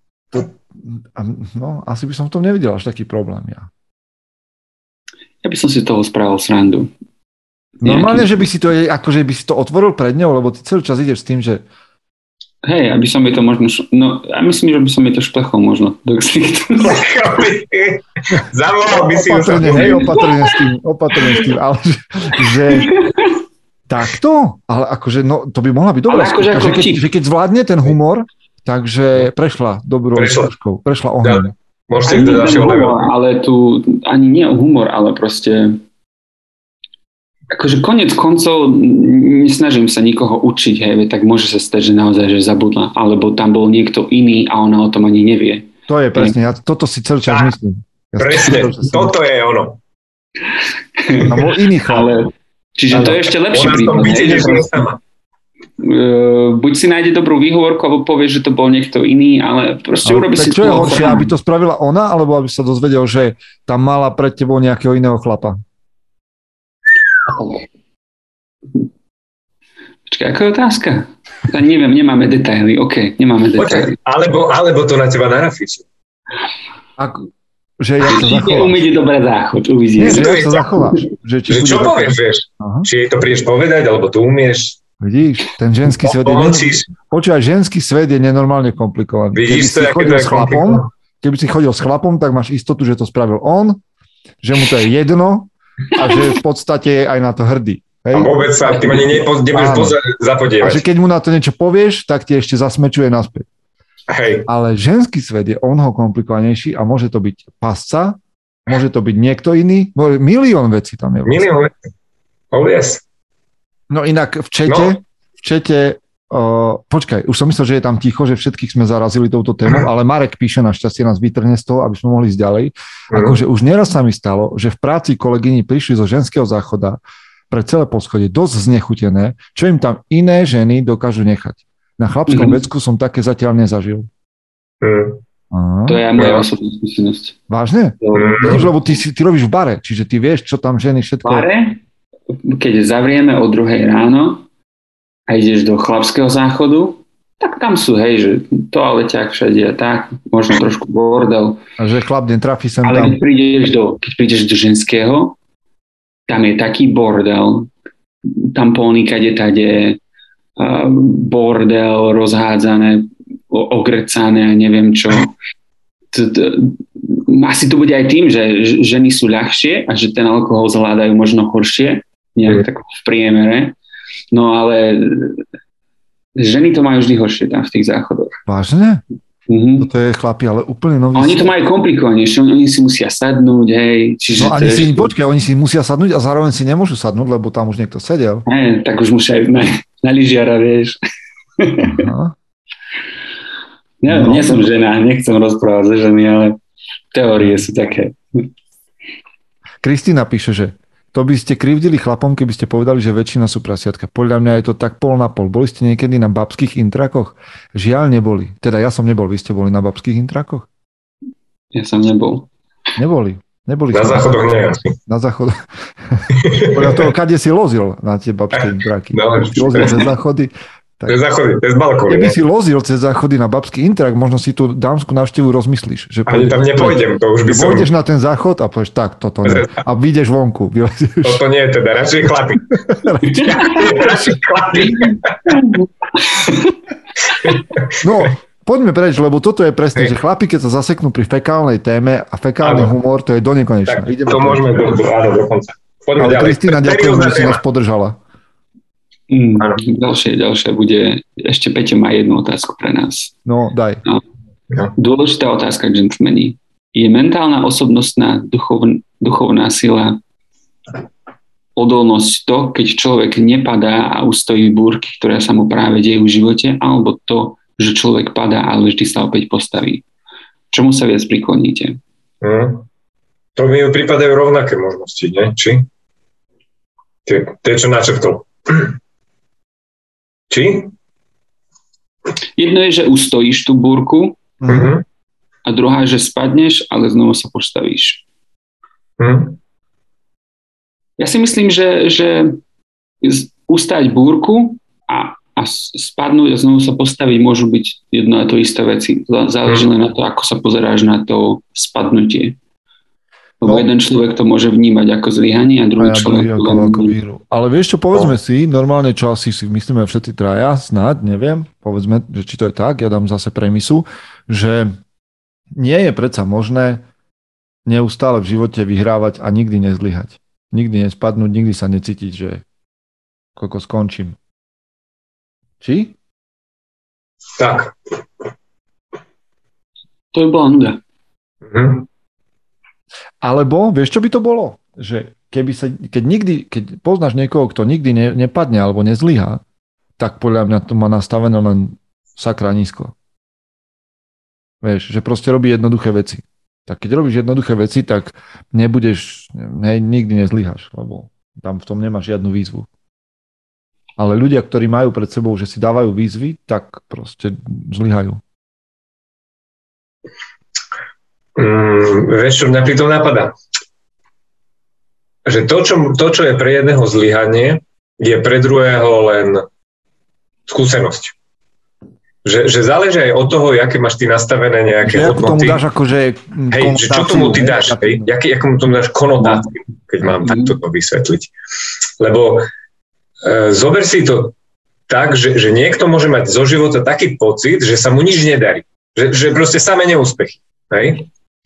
No, asi by som v tom nevidel až taký problém, ja. Ja by som si toho spravil srandu. Normálne, že by si to, akože by si to otvoril pred ňou, lebo ty celý čas ideš s tým, že hej, aby som mi to možno... No, ja myslím, že by som mi to šplechol možno do ksichtu. Zavolal by si opatrne s tým, ale že takto? Ale akože, no, to by mohla byť dobrá skúška, že keď zvládne ten humor, takže prešla dobrou skúškou, prešla ohňom. Môžete ísť do ďalšieho levelu. Ale tu ani nie humor, ale proste... Akože konec koncov nesnažím sa nikoho učiť, hej, tak môže sa stať, že naozaj, že zabudla, alebo tam bol niekto iný a ona o tom ani nevie. To je presne, ja toto si celý čas myslím. Presne, toto je ono. Tam bol iný chlap. Čiže to je ešte lepší prípad. Buď si nájde dobrú výhovorku, alebo povie, že to bol niekto iný, ale proste urobí si... Čo je horšie, aby to spravila ona, alebo aby sa dozvedel, že tam mala pred tebou nejakého iného chlapa? Počkaj, aká je otázka? Ja neviem, nemáme detaily, nemáme detaily. Alebo to na teba narafičí. Že jak sa zachováš? Umíte dobre záchod, uvidíš. Že jak sa zachováš? Čo povieš, vieš? Či to prídeš povedať, alebo to umieš? Vidíš, ten ženský svet Počúvaj, ženský svet je nenormálne komplikovaný. Vidíš to, aké to je komplikované? Keby si chodil s chlapom, tak máš istotu, že to spravil on, že mu to je jedno, a že v podstate je aj na to hrdý. Hej? A vôbec sa tým ani nebudeš zapodievať. A že keď mu na to niečo povieš, tak ti ešte zasmečuje naspäť. Hej. Ale ženský svet je onho komplikovanejší a môže to byť pasca, môže to byť niekto iný, milión vecí tam je. Milión vecí. Oh yes. No inak v čete počkaj, už som myslel, že je tam ticho, že všetkých sme zarazili touto témou, ale Marek píše, našťastie nás vytrhne z toho, aby sme mohli ísť ďalej. Akože už neraz sa mi stalo, že v práci kolegyni prišli zo ženského záchoda pre celé poschodie dosť znechutené, čo im tam iné ženy dokážu nechať. Na chlapskom vecku som také zatiaľ nezažil. To je moja osobná skúsenosť. Vážne? Lebo ty robíš v bare, čiže ty vieš, čo tam ženy všetko... V bare? Keď zavrieme o 2:00 ráno, a ideš do chlapského záchodu, tak tam sú, hej, že toaleťák všade a tak, možno trošku bordel. A že chlap netrafí sem ale tam. Keď prídeš do ženského, tam je taký bordel, tampóny kade-tade, bordel rozhádzané, ogrcané, neviem čo. Asi to bude aj tým, že ženy sú ľahšie a že ten alkohol zvládajú možno horšie, nejak tak v priemere. No ale ženy to majú vždy horšie tam v tých záchodoch. Vážne? To je chlapi, ale úplne nový. Oni to majú komplikovanejšie, oni si musia sadnúť, hej. Čiže no ani si počkaj, oni si musia sadnúť a zároveň si nemôžu sadnúť, lebo tam už niekto sedel. Tak už musia ísť na lyžiara, vieš. Nie som žena, nechcem rozprávať za ženy, ale teórie sú také. Kristína píše, že to by ste krivdili chlapom, keby ste povedali, že väčšina sú prasiatka. Podľa mňa je to tak pol na pol. Boli ste niekedy na babských intrakoch? Žiaľ, neboli. Teda ja som nebol. Vy ste boli na babských intrakoch? Ja som nebol. Neboli. Na záchodoch nie. Na záchodoch. Podľa toho, kade si lozil na tie babské intraky. Lozil cez záchody. Cez záchody, cez balkóny. Keby si lozil cez záchody na babský intrak, možno si tú dámsku návštevu rozmyslíš. Že ani tam nepôjdem, to už by som... Pôjdeš na ten záchod a povieš, tak, toto nie. A vyjdeš vonku. Toto nie je teda, radšej chlapi. Radšej chlapi. No, poďme preč, lebo toto je presne, že chlapi, keď sa zaseknú pri fekálnej téme a fekálny humor, to je do nekonečna. Tak, to môžeme dokonca. Poďme ale ďalej. Kristína, ďakujem, že si nás podržala. Ďalšie bude, ešte Peťo má jednu otázku pre nás. No, daj. Dôležitá otázka, gentlemani. Je mentálna osobnostná duchovná sila odolnosť to, keď človek nepadá a ustojí búrky, ktoré sa mu práve dejú v živote, alebo to, že človek padá, ale vždy sa opäť postaví? Čomu sa viac prikloníte? To mi pripadajú rovnaké možnosti, nie? Či? Tie, čo načrtol. Či? Jedno je, že ustojíš tú búrku a druhá je, že spadneš, ale znovu sa postavíš. Ja si myslím, že ustať búrku a spadnúť a znovu sa postaviť môžu byť jedno a to isté veci. Záleží len na to, ako sa pozeráš na to spadnutie. Lebo jeden človek to môže vnímať ako zlyhanie a druhý človek ako výhru. Ale vieš čo, povedzme si, normálne čo asi si myslíme všetci traja, snáď, neviem, povedzme, že či to je tak, ja dám zase premisu, že nie je predsa možné neustále v živote vyhrávať a nikdy nezlyhať. Nikdy nespadnúť, nikdy sa necítiť, že koľko skončím. Či? Tak. To by bola nuda. Alebo, vieš, čo by to bolo? Že keď poznáš niekoho, kto nikdy nepadne alebo nezlyhá, tak podľa mňa to má nastavené len sakra nízko. Vieš, že proste robí jednoduché veci. Tak keď robíš jednoduché veci, tak nikdy nezlyháš, lebo tam v tom nemáš žiadnu výzvu. Ale ľudia, ktorí majú pred sebou, že si dávajú výzvy, tak proste zlyhajú. Vieš, čo mňa pri tom napadá? Že to, čo je pre jedného zlyhanie, je pre druhého len skúsenosť. Že záleží aj od toho, aké máš ty nastavené nejaké hodnoty. Tomu dáš akože že čo tomu ty dáš, ako tomu dáš konotáciu, keď mám takto to vysvetliť. Lebo zober si to tak, že niekto môže mať zo života taký pocit, že sa mu nič nedarí. Že proste samé neúspechy. Hej?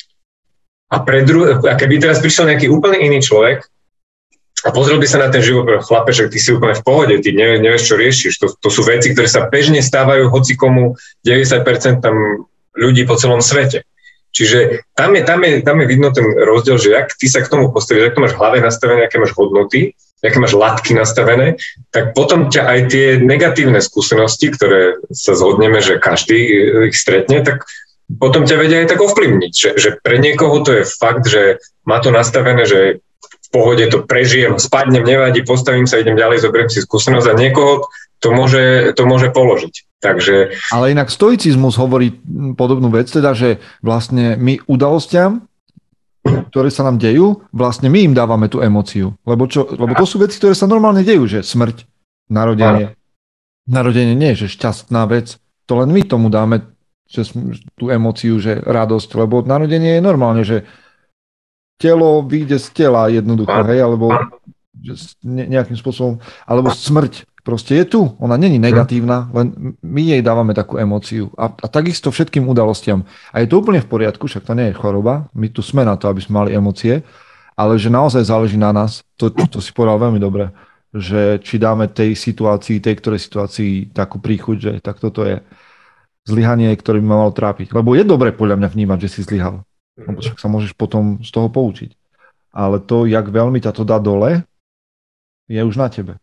A keby teraz prišiel nejaký úplne iný človek a pozrel by sa na ten život, chlapeček, ty si úplne v pohode, ty nevieš, čo riešiš. To sú veci, ktoré sa bežne stávajú hocikomu 90% tam ľudí po celom svete. Čiže tam je vidno ten rozdiel, že jak ty sa k tomu postavíš, ak to máš v hlave nastavené, aké máš hodnoty, aké máš latky nastavené, tak potom ťa aj tie negatívne skúsenosti, ktoré sa zhodneme, že každý ich stretne, tak potom ťa vedia aj tak ovplyvniť. Že pre niekoho to je fakt, že má to nastavené, že v pohode to prežijem, spadnem, nevadí, postavím sa, idem ďalej, zoberiem si skúsenosť a niekoho to môže položiť. Takže... Ale inak stoicizmus hovorí podobnú vec, teda, že vlastne my udalostiam, ktoré sa nám dejú, vlastne my im dávame tú emóciu. Lebo to sú veci, ktoré sa normálne dejú, že smrť, narodenie. Narodenie nie je, že šťastná vec. To len my tomu dáme tú emóciu, že radosť, lebo narodenie je normálne, že telo vyjde z tela jednoducho, hej, alebo nejakým spôsobom, alebo smrť proste je tu, ona není negatívna, len my jej dávame takú emóciu a takisto všetkým udalostiam. A je to úplne v poriadku, však to nie je choroba, my tu sme na to, aby sme mali emócie, ale že naozaj záleží na nás, to si povedal veľmi dobre, že či dáme tej ktorej situácii takú príchuť, že tak toto je zlyhanie, ktoré by ma malo trápiť. Lebo je dobre podľa mňa vnímať, že si zlyhal. Lebo však sa môžeš potom z toho poučiť. Ale to, jak veľmi ťa to dá dole, je už na tebe.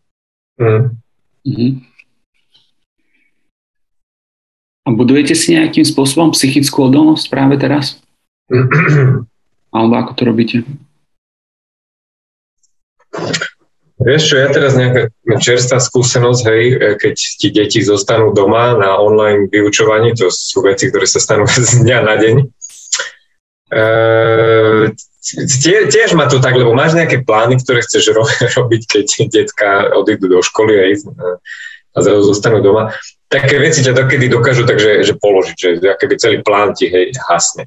A budujete si nejakým spôsobom psychickú odolnosť práve teraz? Alebo ako to robíte? Vieš čo, ja teraz nejaká čerstvá skúsenosť, hej, keď ti deti zostanú doma na online vyučovaní, to sú veci, ktoré sa stanú z dňa na deň. Tiež ma to tak, lebo máš nejaké plány, ktoré chceš robiť, keď detka odídu do školy a zrazu zostanú doma. Také veci ťa dokedy dokážu takže položiť, že akoby celý plán ti hasne.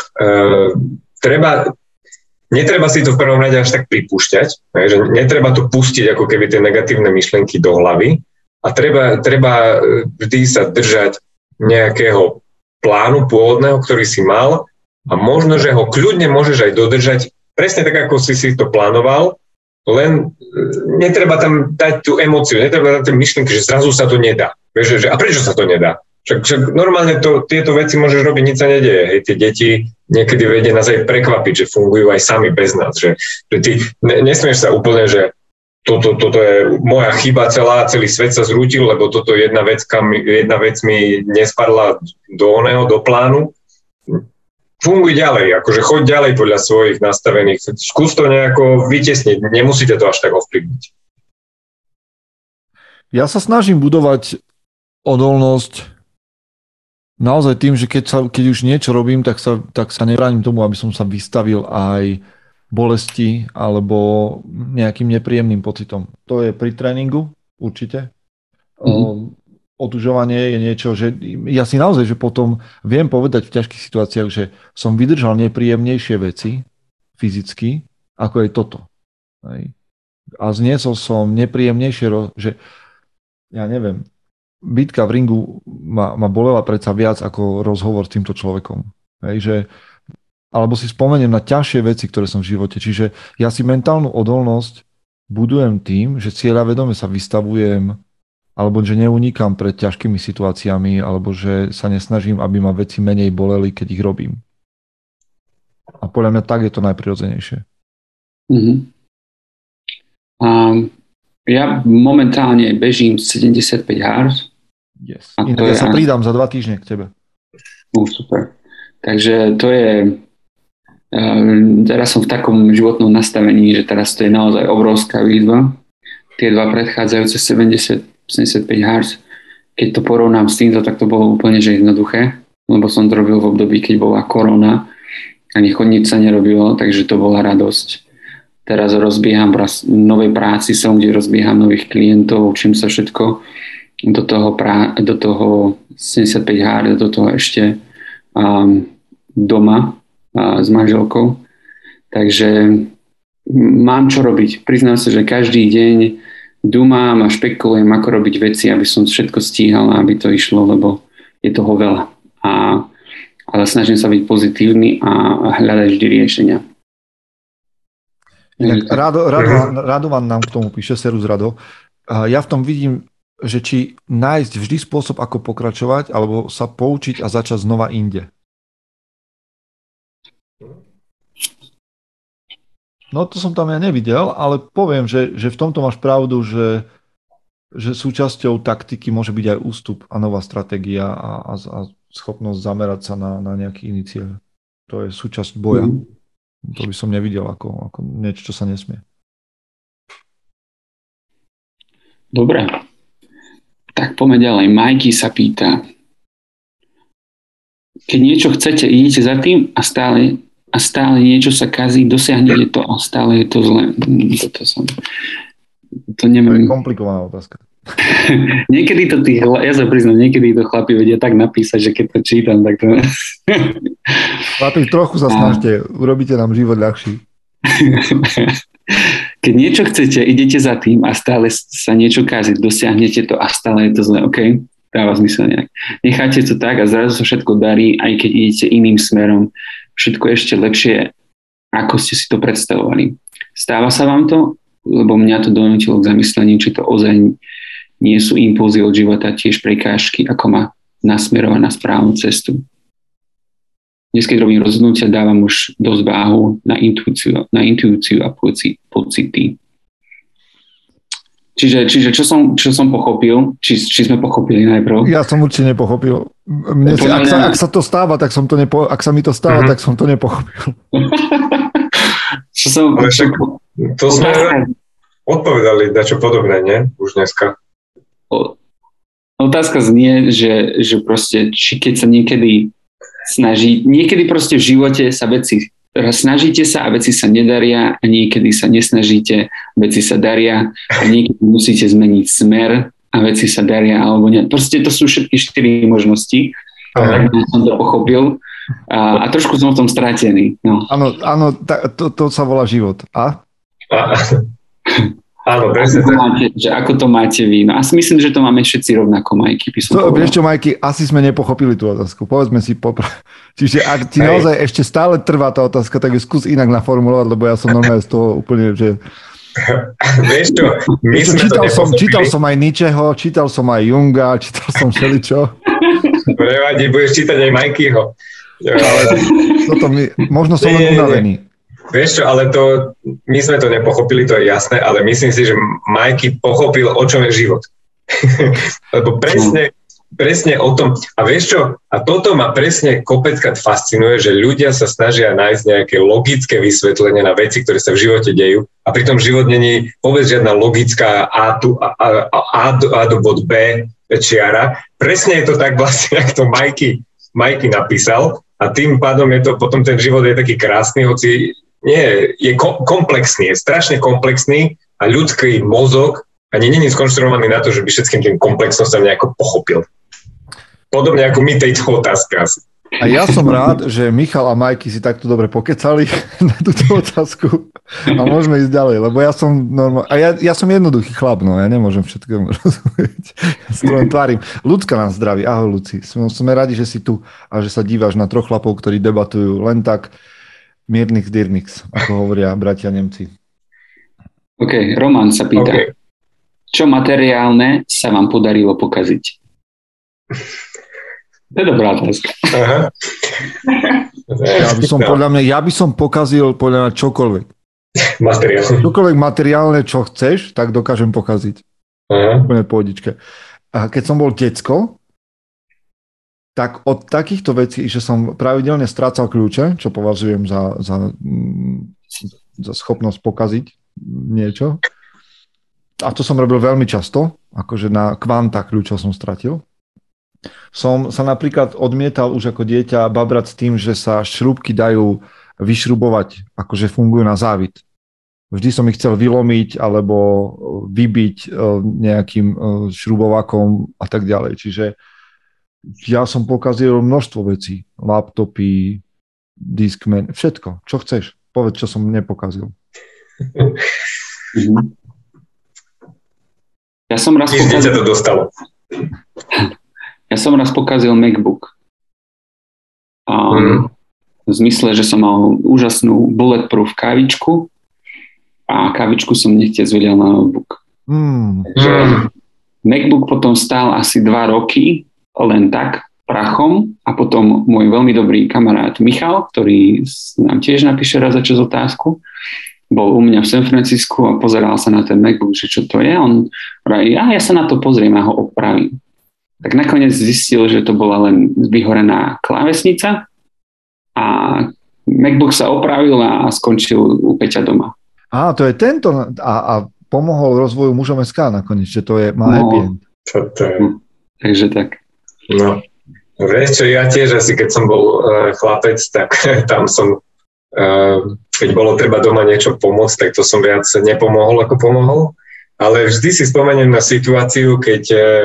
Netreba si to v prvom rade až tak pripúšťať, že netreba to pustiť ako keby tie negatívne myšlienky do hlavy a treba vždy sa držať nejakého plánu pôvodného, ktorý si mal a možno, že ho kľudne môžeš aj dodržať presne tak, ako si to plánoval, len netreba tam dať tú emóciu, netreba dať tie myšlienky, že zrazu sa to nedá. A prečo sa to nedá? Však normálne tieto veci môžeš robiť, nič sa nedieje. Hej, tie deti niekedy vedia nás aj prekvapiť, že fungujú aj sami bez nás. Že ty nesmieš sa úplne, že toto je moja chyba celý svet sa zrútil, lebo toto jedna vec mi nespadla do plánu. Funguj ďalej, akože choď ďalej podľa svojich nastavených. Skús to nejako vytesniť, nemusíte to až tak ovplyvniť. Ja sa snažím budovať odolnosť naozaj tým, že keď už niečo robím, tak sa nebránim tomu, aby som sa vystavil aj bolesti alebo nejakým nepríjemným pocitom. To je pri tréningu určite. Otužovanie je niečo, že ja si naozaj, že potom viem povedať v ťažkých situáciách, že som vydržal nepríjemnejšie veci fyzicky, ako je toto. Hej. A zniesol som nepríjemnejšie, že ja neviem, bitka v ringu ma bolela predsa viac ako rozhovor s týmto človekom. Hej, že alebo si spomeniem na ťažšie veci, ktoré som v živote. Čiže ja si mentálnu odolnosť budujem tým, že cieľavedome sa vystavujem, alebo že neunikám pred ťažkými situáciami, alebo že sa nesnažím, aby ma veci menej boleli, keď ich robím. A podľa mňa tak je to najprirodzenejšie. Ja momentálne bežím 75 Hz. Yes. Ja sa pridám za 2 týždne k tebe. Super. Takže to je... Teraz som v takom životnom nastavení, že teraz to je naozaj obrovská výzva. Tie 2 predchádzajúce 75 Hz, keď to porovnám s týmto, tak to bolo úplne že jednoduché, lebo som to robil v období, keď bola korona, ani chodnic sa nerobilo, takže to bola radosť. Teraz rozbieham v novej práci som, kde rozbieham nových klientov, učím sa všetko do toho 75 Hz, do toho ešte doma s manželkou. Takže mám čo robiť. Priznám sa, že každý deň dumám a špekulujem, ako robiť veci, aby som všetko stíhal a aby to išlo, lebo je toho veľa. Ale snažím sa byť pozitívny a hľadať vždy riešenia. Radovan nám k tomu píše, serus Rado. Ja v tom vidím, že či nájsť vždy spôsob, ako pokračovať, alebo sa poučiť a začať znova inde. No to som tam ja nevidel, ale poviem, že v tomto máš pravdu, že súčasťou taktiky môže byť aj ústup a nová stratégia a schopnosť zamerať sa na nejaký iný cieľ. To je súčasť boja. To by som nevidel ako niečo, čo sa nesmie. Dobre. Tak poďme ďalej. Majky sa pýta. Keď niečo chcete, idete za tým a stále niečo sa kazí, dosiahnete to a stále je to zlé. To neviem. To je komplikovaná otázka. Niekedy to ja sa priznám, niekedy to chlapi vedia tak napísať, že keď to čítam, tak to... Chlapi, trochu sa snažte, urobíte nám život ľahší. Keď niečo chcete, idete za tým a stále sa niečo kazí, dosiahnete to a stále je to zlé, OK? Dáva zmysel nejak. Necháte to tak a zrazu sa všetko darí, aj keď idete iným smerom. Všetko ešte lepšie, ako ste si to predstavovali. Stáva sa vám to? Lebo mňa to donútilo k zamysleniu, či to ozaj nie sú impulzy od života tiež prekážky, ako ma nasmerovať na správnu cestu. Dnes, keď robím rozhodnutia, dávam už dosť váhu na intuíciu a pocity. Čiže čo som pochopil, či sme pochopili najprv? Ja som určite nepochopil. Ak sa to stáva, tak som to ak sa mi to stáva, tak som to nepochopil. To sme odpovedali dačo podobné, nie? Už dneska. Otázka znie, že proste, či keď sa niekedy proste v živote sa veci snažíte sa a veci sa nedaria a niekedy sa nesnažíte, veci sa daria a niekedy musíte zmeniť smer a veci sa daria alebo nie. Proste to sú všetky 4 možnosti. Tak som to pochopil a trošku som v tom stratený. No. Áno, to sa volá život. A? Áno, presne tak. Ako to máte vy? No asi myslím, že to máme všetci rovnako, Majky. Vieš čo, Majky, asi sme nepochopili tú otázku. Povedzme si Čiže ak ti naozaj ešte stále trvá tá otázka, tak ju skús inak naformulovať, lebo ja som normálne z toho úplne, že... Vieš čo, čítal som aj Nietzscheho, čítal som aj Junga, čítal som všeličo. Prevadí, budeš čítať aj Majkyho. Možno som len unavený. Vieš čo, ale my sme to nepochopili, to je jasné, ale myslím si, že Majky pochopil, o čom je život. Lebo presne o tom, a vieš čo, a toto ma presne kopeckrát fascinuje, že ľudia sa snažia nájsť nejaké logické vysvetlenie na veci, ktoré sa v živote dejú, a pritom život není vôbec žiadna logická A do bod B čiara. Presne je to tak vlastne, jak to Majky napísal, a tým pádom je to, potom ten život je taký krásny, hoci je komplexný, je strašne komplexný a ľudský mozog ani nie je skonštruovaný na to, že by všetkým tým komplexnosťam nejako pochopil. Podobne ako my tejto otázke asi. A ja som rád, že Michal a Majky si takto dobre pokecali na túto otázku a môžeme ísť ďalej, lebo ja som normálne, a ja som jednoduchý chlap, no ja nemôžem všetkému rozumieť. Ja sa len tvárim. Ľudská nás zdraví. Ahoj, Luci. Sme radi, že si tu a že sa díváš na troch chlapov, ktorí debatujú len tak mírnix dirnix, ako hovoria bratia Nemci. OK, Roman sa pýta. Čo materiálne sa vám podarilo pokaziť? To je dobrá otázka. Ja by som pokazil podľa mňa čokoľvek. Materiálne. Čokoľvek materiálne, čo chceš, tak dokážem pokaziť. Úplne pohodičke. A keď som bol decko, tak od takýchto vecí, že som pravidelne strácal kľúče, čo považujem za schopnosť pokaziť niečo. A to som robil veľmi často, akože na kvanta kľúčov som stratil. Som sa napríklad odmietal už ako dieťa babrať s tým, že sa šrúbky dajú vyšrubovať, akože fungujú na závit. Vždy som ich chcel vylomiť alebo vybiť nejakým šrubovakom a tak ďalej. Čiže ja som pokazil množstvo vecí. Laptopy, Discman, všetko. Čo chceš? Povedz, čo som nepokazil. Ja som raz pokazil... to dostalo. Ja som raz pokazil MacBook. V zmysle, že som mal úžasnú bulletproof kávičku a kávičku som nechtiac vylial na notebook. MacBook potom stál asi 2 roky len tak prachom a potom môj veľmi dobrý kamarát Michal, ktorý nám tiež napíše raz za čas otázku, bol u mňa v San Francisku a pozeral sa na ten MacBook, že čo to je. On hovorí, ja sa na to pozriem a ho opravím. Tak nakoniec zistil, že to bola len vyhorená klávesnica a MacBook sa opravil a skončil u Peťa doma. To je tento a pomohol rozvoju mužom.sk nakoniec, že to je má happy end. Takže tak. No, vieš čo, ja tiež asi keď som bol chlapec, tak tam som, keď bolo treba doma niečo pomôcť, tak to som viac nepomohol ako pomohol, ale vždy si spomeniem na situáciu, keď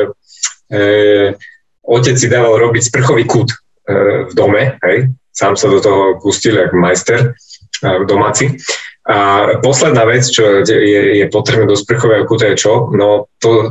otec si dával robiť sprchový kút v dome, hej, sám sa do toho pustil ako majster domáci. A posledná vec, čo je potrebné do sprchového kúta je čo? No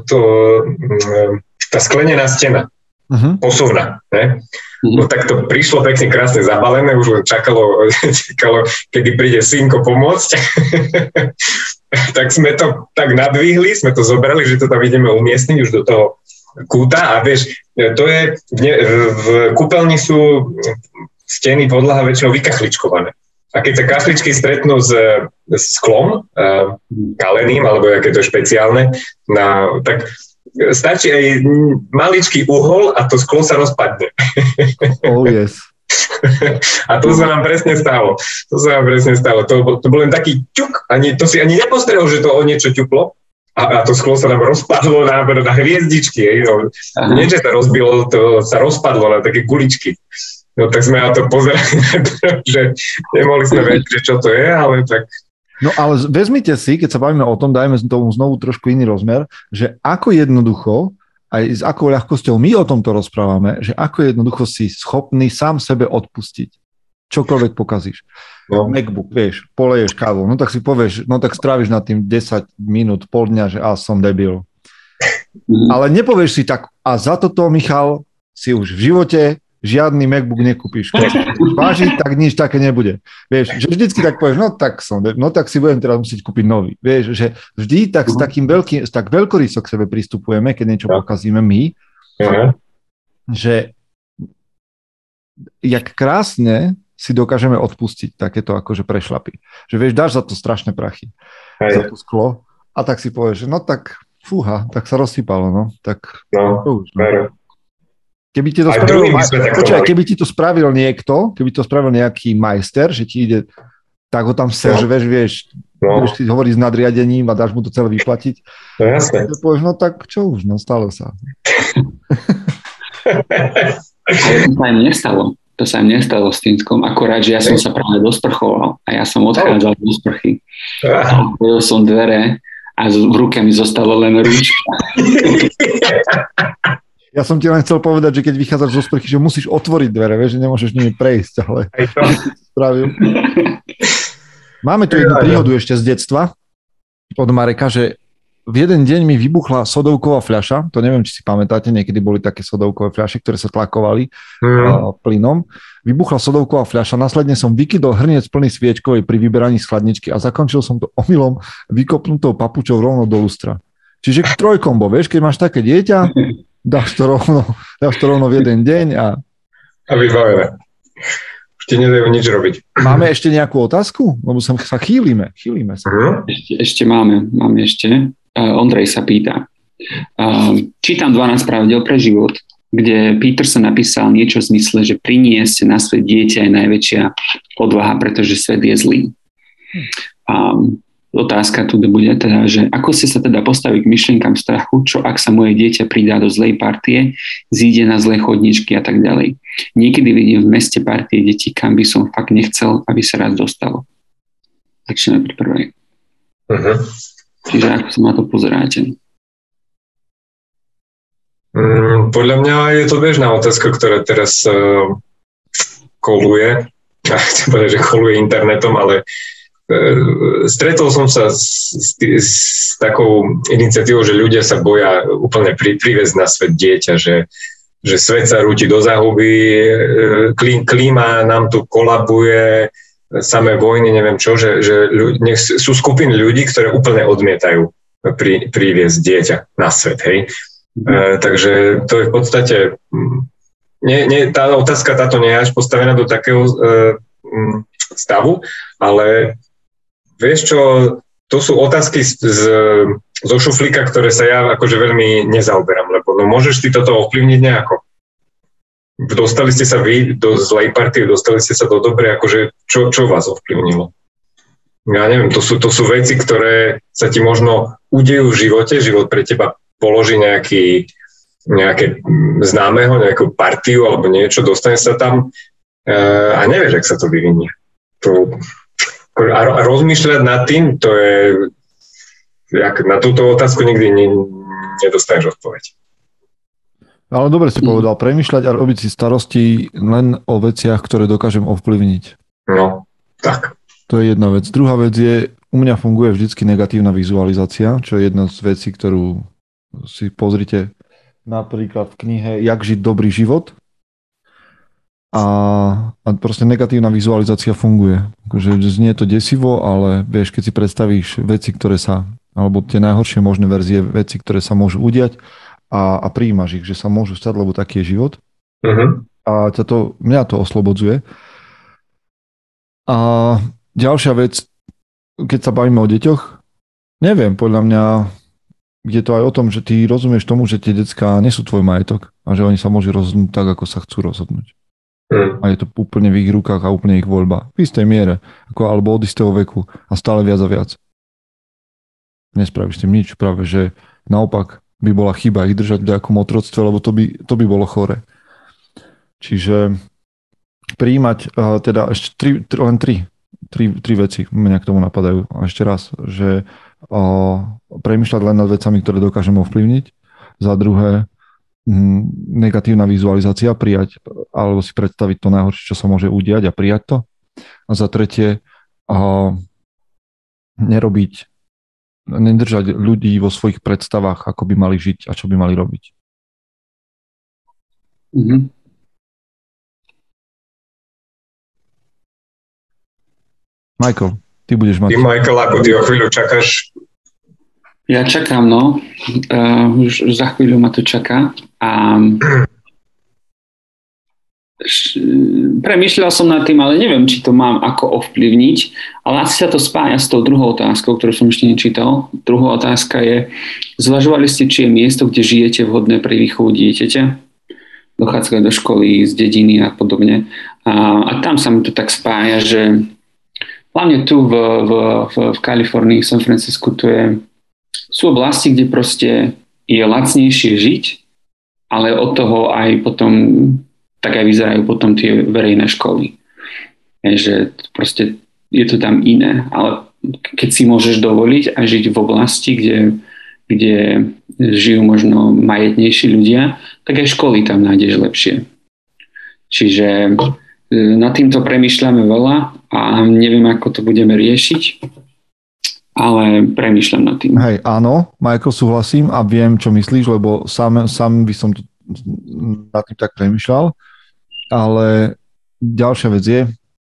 tá sklenená stena, posuvná, ne? No tak to prišlo pekne krásne zabalené, už len čakalo, kedy príde synko pomôcť. Tak sme to tak nadvihli, sme to zobrali, že to tam ideme umiestniť už do toho kúta a vieš, to je, v kúpeľni sú steny podlaha väčšinou vykachličkované. A keď sa kachličky stretnú s sklom, kaleným, alebo aké to je špeciálne, tak stačí aj maličký uhol a to sklo sa rozpadne. Oh yes. A to sa nám presne stalo. To bol len taký ťuk, to si ani nepostrel, že to o niečo ťuklo. A to sklo sa nám rozpadlo na hviezdičky. Nie, že sa rozbilo, to sa rozpadlo na také guličky. No tak sme na to pozerali, že nemohli sme vedieť, čo to je, ale tak... No ale vezmite si, keď sa bavíme o tom, dajme tomu znovu trošku iný rozmer, že ako jednoducho, aj s akou ľahkosťou my o tomto rozprávame, že ako jednoducho si schopný sám sebe odpustiť. Čokoľvek pokazíš. No. MacBook, vieš, poleješ kávu, no tak si povieš, no tak stráviš nad tým 10 minút, pol dňa, že som debil. Ale nepovieš si tak, a za toto, Michal, si už v živote žiadny MacBook nekúpiš. Keď sa vážiť, tak nič také nebude. Vieš, že vždycky tak povieš, no tak si budem teraz musieť kúpiť nový. Vieš, že vždy tak s takým tak veľkoryso k sebe pristupujeme, keď niečo pokazíme my, že jak krásne si dokážeme odpustiť takéto akože prešlapy. Že vieš, dáš za to strašné prachy. Za to sklo. A tak si povieš, no tak fúha, tak sa rozsypalo, no. Tak to už, no. Keby ti to spravil niekto, keby to spravil nejaký majster, že ti ide, tak ho tam sežveš, vieš si hovoriť s nadriadením a dáš mu to celé vyplatiť. No jasné. Tak povieš, no tak čo už, no stalo sa. Ale to sa im nestalo. To sa im nestalo s Týnskom, akorát, že ja som sa práve dosprchoval a ja som odchádzal do sprchy. A otvoril som dvere a v ruke mi zostalo len ručka. Ja som ti len chcel povedať, že keď vychádzaš zo sprchy, že musíš otvoriť dvere, vieš, že nemôžeš nimi prejsť, ale spravil. Máme tu jednu príhodu ešte z detstva od Mareka, že v jeden deň mi vybuchla sodovková fľaša, to neviem, či si pamätáte, niekedy boli také sodovkové fľaše, ktoré sa tlakovali plynom. Vybuchla sodovková fľaša, následne som vykydol hrniec plný sviečkovej pri vyberaní z chladničky a zakončil som to omylom vykopnutou papučou rovno do lustra. Čiže trojkombo, vieš, keď máš také dieťa, dáš to rovno v jeden deň a vybavené. Už ti nedajú nič robiť. Máme ešte nejakú otázku? Lebo sa chýlime sa. Ešte máme ešte. Ondrej sa pýta. Čítam 12 pravidiel pre život, kde Peterson napísal niečo v zmysle, že priniesť na svet dieťa je najväčšia odvaha, pretože svet je zlý. Otázka tu bude teda, že ako ste sa teda postaviť k myšlienkam strachu, čo ak sa moje dieťa pridá do zlej partie, zíde na zlé chodničky a tak ďalej. Niekedy vidím v meste partie detí, kam by som fakt nechcel, aby sa raz dostalo. Začneme pri prvej. Čiže ako sa na to pozeráte? Podľa mňa je to bežná otázka, ktorá teraz koluje. Chcem povedať, že koluje internetom, ale stretol som sa s takou iniciatívou, že ľudia sa boja úplne priviesť na svet dieťa, že svet sa rúti do záhuby, klíma nám tu kolabuje, samé vojny, neviem čo, že sú skupiny ľudí, ktoré úplne odmietajú priviesť dieťa na svet, hej. Takže to je v podstate, tá otázka táto nie je až postavená do takého stavu, ale vieš čo, to sú otázky zo šuflíka, ktoré sa ja akože veľmi nezaoberám, lebo no môžeš ty toto ovplyvniť nejako. Dostali ste sa vy do zlej partie, dostali ste sa do dobrej, akože čo vás ovplyvnilo? Ja neviem, to sú veci, ktoré sa ti možno udejú v živote, život pre teba položí nejaké známeho, nejakú partiu alebo niečo, dostane sa tam a nevieš, jak sa to vyvinie. A rozmýšľať nad tým, to je, na túto otázku nikdy nedostaneš odpoveď. Ale dobre si povedal, premýšľať a robiť si starosti len o veciach, ktoré dokážem ovplyvniť. No, tak. To je jedna vec. Druhá vec je, u mňa funguje vždycky negatívna vizualizácia, čo je jedna z vecí, ktorú si pozrite napríklad v knihe Jak žiť dobrý život. A proste negatívna vizualizácia funguje. Akože znie to desivo, ale vieš, keď si predstavíš veci, ktoré sa, alebo tie najhoršie možné verzie veci, ktoré sa môžu udiať, a prijímaš ich, že sa môžu stať, lebo taký je život. A mňa to oslobodzuje. A ďalšia vec, keď sa bavíme o deťoch, neviem, podľa mňa je to aj o tom, že ty rozumieš tomu, že tie decká nie sú tvoj majetok a že oni sa môžu rozhodnúť tak, ako sa chcú rozhodnúť. A je to úplne v ich rukách a úplne ich voľba. V istej miere, alebo od istého veku a stále viac a viac. Nespravíš tým nič, práve že naopak by bola chyba ich držať v nejakom otroctve, lebo to by bolo chore. Čiže prijímať, teda ešte len tri veci mňa k tomu napadajú. A ešte raz, že premýšľať len nad vecami, ktoré dokážeme ovplyvniť. Za druhé, negatívna vizualizácia, prijať, alebo si predstaviť to najhoršie, čo sa môže udiať a prijať to. A za tretie, nedržať ľudí vo svojich predstavách, ako by mali žiť a čo by mali robiť. Michael, ty budeš mať... Michael, ako ty o chvíľu čakáš? Ja čakám, no. Už za chvíľu ma to čaká. A premýšľal som nad tým, ale neviem, či to mám ako ovplyvniť, ale asi sa to spája s tou druhou otázkou, ktorú som ešte nečítal. Druhá otázka je, zvažovali ste, či je miesto, kde žijete vhodné pre výchovu dieťaťa? Dochádzka do školy, z dediny a podobne. A tam sa mi to tak spája, že hlavne tu v Kalifornii, San Francisku, sú oblasti, kde proste je lacnejšie žiť, ale od toho aj potom tak aj vyzerajú potom tie verejné školy. Že proste je to tam iné, ale keď si môžeš dovoliť a žiť v oblasti, kde žijú možno majetnejší ľudia, tak aj školy tam nájdeš lepšie. Čiže nad týmto premýšľame veľa a neviem, ako to budeme riešiť, ale premýšľam nad tým. Hej, áno, Michael, súhlasím a viem, čo myslíš, lebo sám by som nad tým tak premýšľal, ale ďalšia vec je,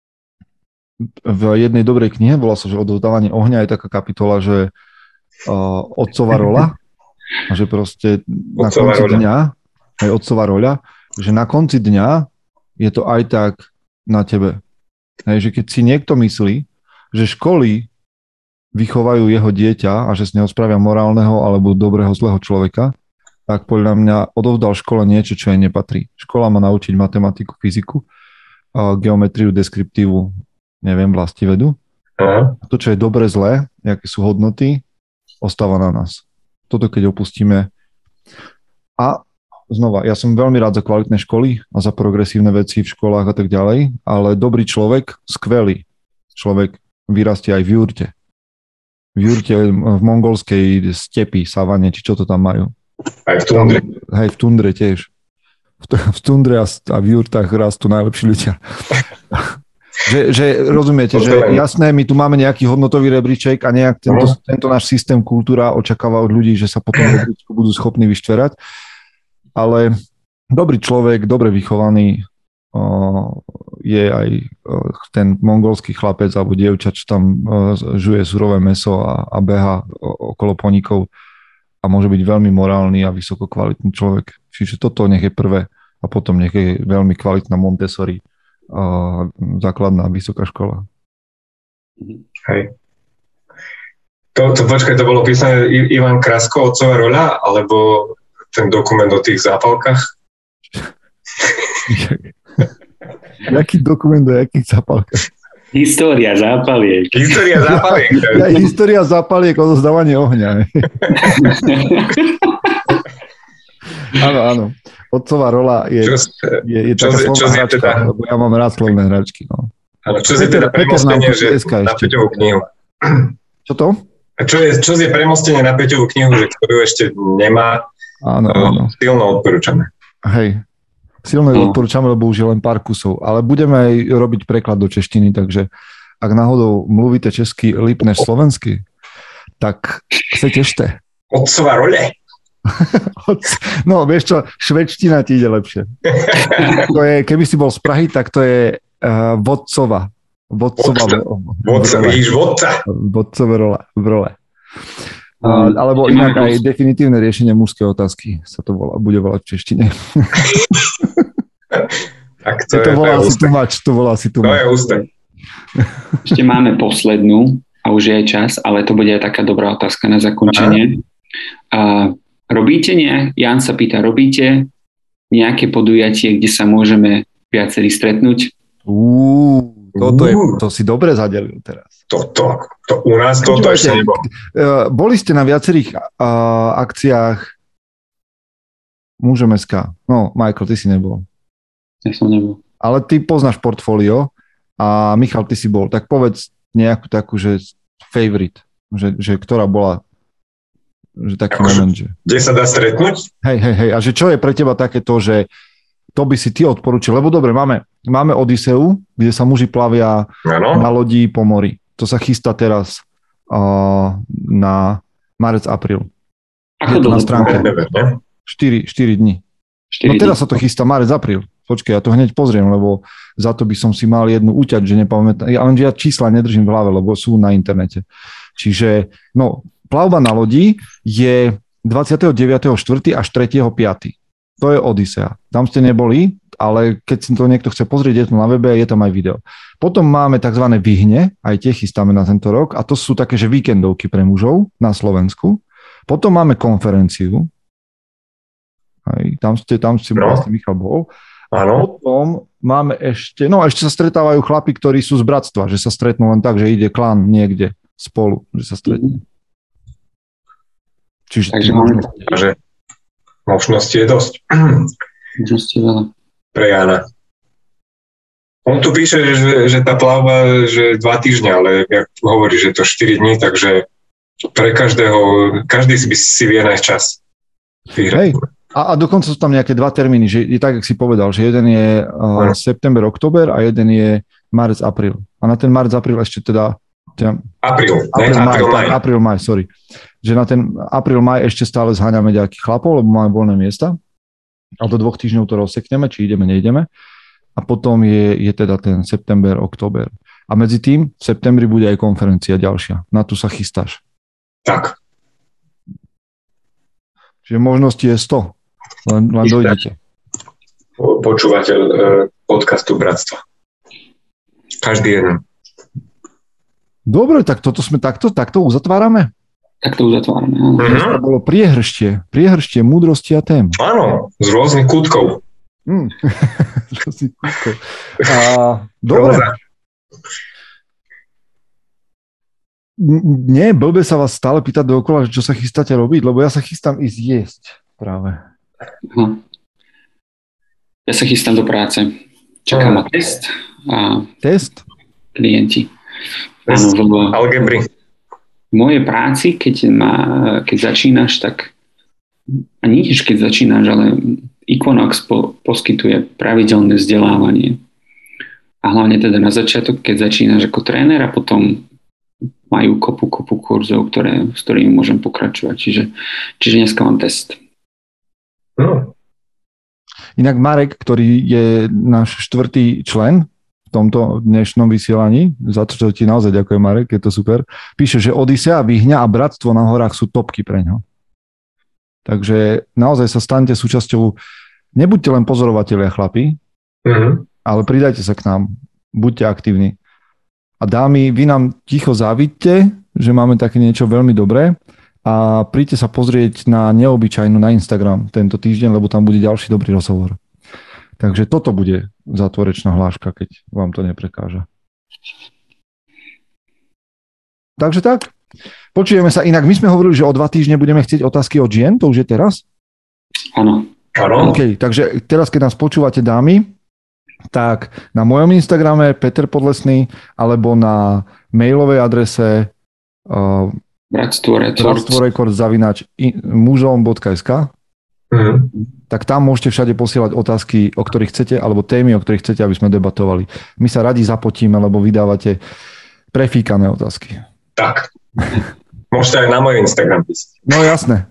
v jednej dobrej knihe, volá sa, že Odovzdávanie ohňa, je taká kapitola, že otcová rola, a že proste na konci dňa, aj otcová roľa, že na konci dňa je to aj tak na tebe. Hej, že keď si niekto myslí, že školy vychovajú jeho dieťa a že z neho spravia morálneho alebo dobrého, zlého človeka, tak podľa mňa odovzdal škole niečo, čo jej nepatrí. Škola má naučiť matematiku, fyziku, geometriu, deskriptívu, neviem, vlastivedu. To, čo je dobre, zlé, aké sú hodnoty, ostáva na nás. Toto, keď opustíme. A znova, ja som veľmi rád za kvalitné školy a za progresívne veci v školách a tak ďalej, ale dobrý človek, skvelý človek vyrastie aj v jurte. V jurte, v mongolskej stepi, savane, či čo to tam majú. Aj v tundre. Hej, v tundre tiež. V tundre a v jurtách rastú najlepší ľudia. Že rozumiete, že jasné, my tu máme nejaký hodnotový rebríček a nejak tento náš systém kultúra očakáva od ľudí, že sa potom rebríčku budú schopní vyštverať, ale dobrý človek, dobre vychovaný je aj ten mongolský chlapec alebo dievča, čo tam žuje surové mäso a beha okolo poníkov a môže byť veľmi morálny a vysoko kvalitný človek. Čiže toto nech je prvé a potom nech je veľmi kvalitná Montessori základná vysoká škola. Hej. Počkaj, to bolo písané Ivan Krasko, otcová roľa, alebo ten dokument o tých zápalkách? Jaký dokument o jakých zápalkách? História zápaliek. História zápaliek, odozdávanie ohňa. Áno. Otcová rola je taká slovná hračka, teda, lebo ja mám rád slovné hračky. No. Áno, čo je teda premostenie, že na Peťovú knihu? Čo to? Čo je premostenie na Peťovú knihu, že ktorú ešte nemá? Áno. Silno odporúčame. Hej, silno odporúčame, lebo už je len pár kusov, ale budeme aj robiť preklad do češtiny, takže ak náhodou mluvíte česky, lípneš slovensky, tak sa tešte. Otcová role? No, vieš čo, švédština ti ide lepšie. To je, keby si bol z Prahy, tak to je vodcova. Vidíš, vodca. Vodcové role. Alebo inak aj definitívne riešenie mužskej otázky sa to bude volať v češtine. Tak to volá si tu To je ústek. Ešte máme poslednú a už je aj čas, ale to bude aj taká dobrá otázka na zakončenie. Jan sa pýta, robíte nejaké podujatie, kde sa môžeme viacerí stretnúť? To si dobre zadelil teraz. To u nás toto ešte nebolo. Boli ste na viacerých akciách Mužom.sk. No, Michael, ty si nebol. Ja som nebol. Ale ty poznáš portfólio a Michal, ty si bol. Tak povedz nejakú takú, že favorite, že ktorá bola že taký moment, že... Kde sa dá stretnúť? Hej. A že čo je pre teba takéto, že to by si ty odporúčil? Lebo dobre, máme Odyseu, kde sa muži plavia na lodi po mori. To sa chystá teraz na marec-apríl. Ako to na stránke? 4 dní. No teraz sa to chystá marec-apríl. Počkej, ja to hneď pozriem, lebo za to by som si mal jednu uťať, že nepamätám. Ja čísla nedržím v hlave, lebo sú na internete. Čiže, plavba na lodi je 29.4. až 3.5. To je Odysea. Tam ste neboli, ale keď si to niekto chce pozrieť, je to na webe, je tam aj video. Potom máme tzv. Vyhne, aj tie chystáme na tento rok, a to sú také, že víkendovky pre mužov na Slovensku. Potom máme konferenciu, tam ste vlastne Michal bol. A potom máme ešte sa stretávajú chlapi, ktorí sú z bratstva, že sa stretnú len tak, že ide klan niekde spolu, že sa stretnú. Čiže možnosti je dosť. Možnosti veľa. pre Jana. On tu píše, že tá plavba, že 2 týždne, ale jak hovorí, že to 4 dní, takže pre každého, každý by si vie nájsť čas. Hej. A dokonca sú tam nejaké 2 termíny, že je tak, jak si povedal, že jeden je september, október a jeden je marec, apríl. A na ten marec, apríl ešte teda... Apríl, maj, sorry. Že na ten apríl, maj ešte stále zháňame nejakých chlapov, lebo máme voľné miesta. A do 2 týždňov to rozsekneme, či ideme, neideme. A potom je teda ten september, október. A medzi tým v septembri bude aj konferencia ďalšia. Na tu sa chystáš. Tak. Čiže možnosti je 100. Len dojdete. Počúvateľ podcastu Bratstva. Každý jeden. Dobre, tak toto sme takto uzatvárame? Takto uzatvárame, áno. To bolo priehrštie múdrosti a tém. Áno, z rôznych kútkov. Dobre. Nie, blbe sa vás stále pýtať dookola, čo sa chystáte robiť, lebo ja sa chystám ísť jesť práve. Ja sa chystám do práce. Čakám ma test. Test? Klienti. Test algebry. V mojej práci, keď začínaš, tak a nie tiež keď začínaš, ale Equinox poskytuje pravidelné vzdelávanie. A hlavne teda na začiatok, keď začínaš ako tréner a potom majú kopu kurzov, s ktorými môžem pokračovať. Čiže dneska mám test. Inak Marek, ktorý je náš 4. člen v tomto dnešnom vysielaní, za to, čo ti naozaj ďakujem, Marek, je to super, píše, že Odisea, Vyhňa a Bratstvo na horách sú topky pre ňo. Takže naozaj sa staňte súčasťou, nebuďte len pozorovatelia, chlapi, ale pridajte sa k nám, buďte aktívni. A dámy, vy nám ticho závidte, že máme také niečo veľmi dobré a príďte sa pozrieť na Neobyčajnú na Instagram tento týždeň, lebo tam bude ďalší dobrý rozhovor. Takže toto bude zátvorečná hláška, keď vám to neprekáža. Takže tak. Počujeme sa. Inak my sme hovorili, že o 2 týždne budeme chcieť otázky od žien, to už je teraz? Áno. OK, takže teraz, keď nás počúvate, dámy, tak na mojom Instagrame Peter Podlesný alebo na mailovej adrese bratstvorekord@mužom.sk tak tam môžete všade posielať otázky, o ktorých chcete, alebo témy, o ktorých chcete, aby sme debatovali. My sa radi zapotíme, lebo vydávate prefíkané otázky. Tak. Môžete aj na môj Instagram písať. No jasné.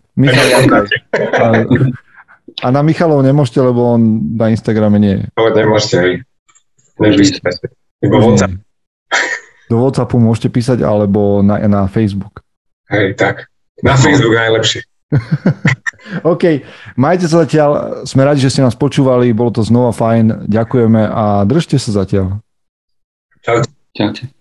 A na Michalov nemôžete, lebo on na Instagrame nie je. No, nemôžete, hej. Nepísať. Iba WhatsApp. Do WhatsAppu môžete písať, alebo na Facebook. Hej, tak. Na Facebook najlepšie. OK. Majte sa zatiaľ. Sme radi, že ste nás počúvali. Bolo to znova fajn. Ďakujeme a držte sa zatiaľ. Čaute. Čaute.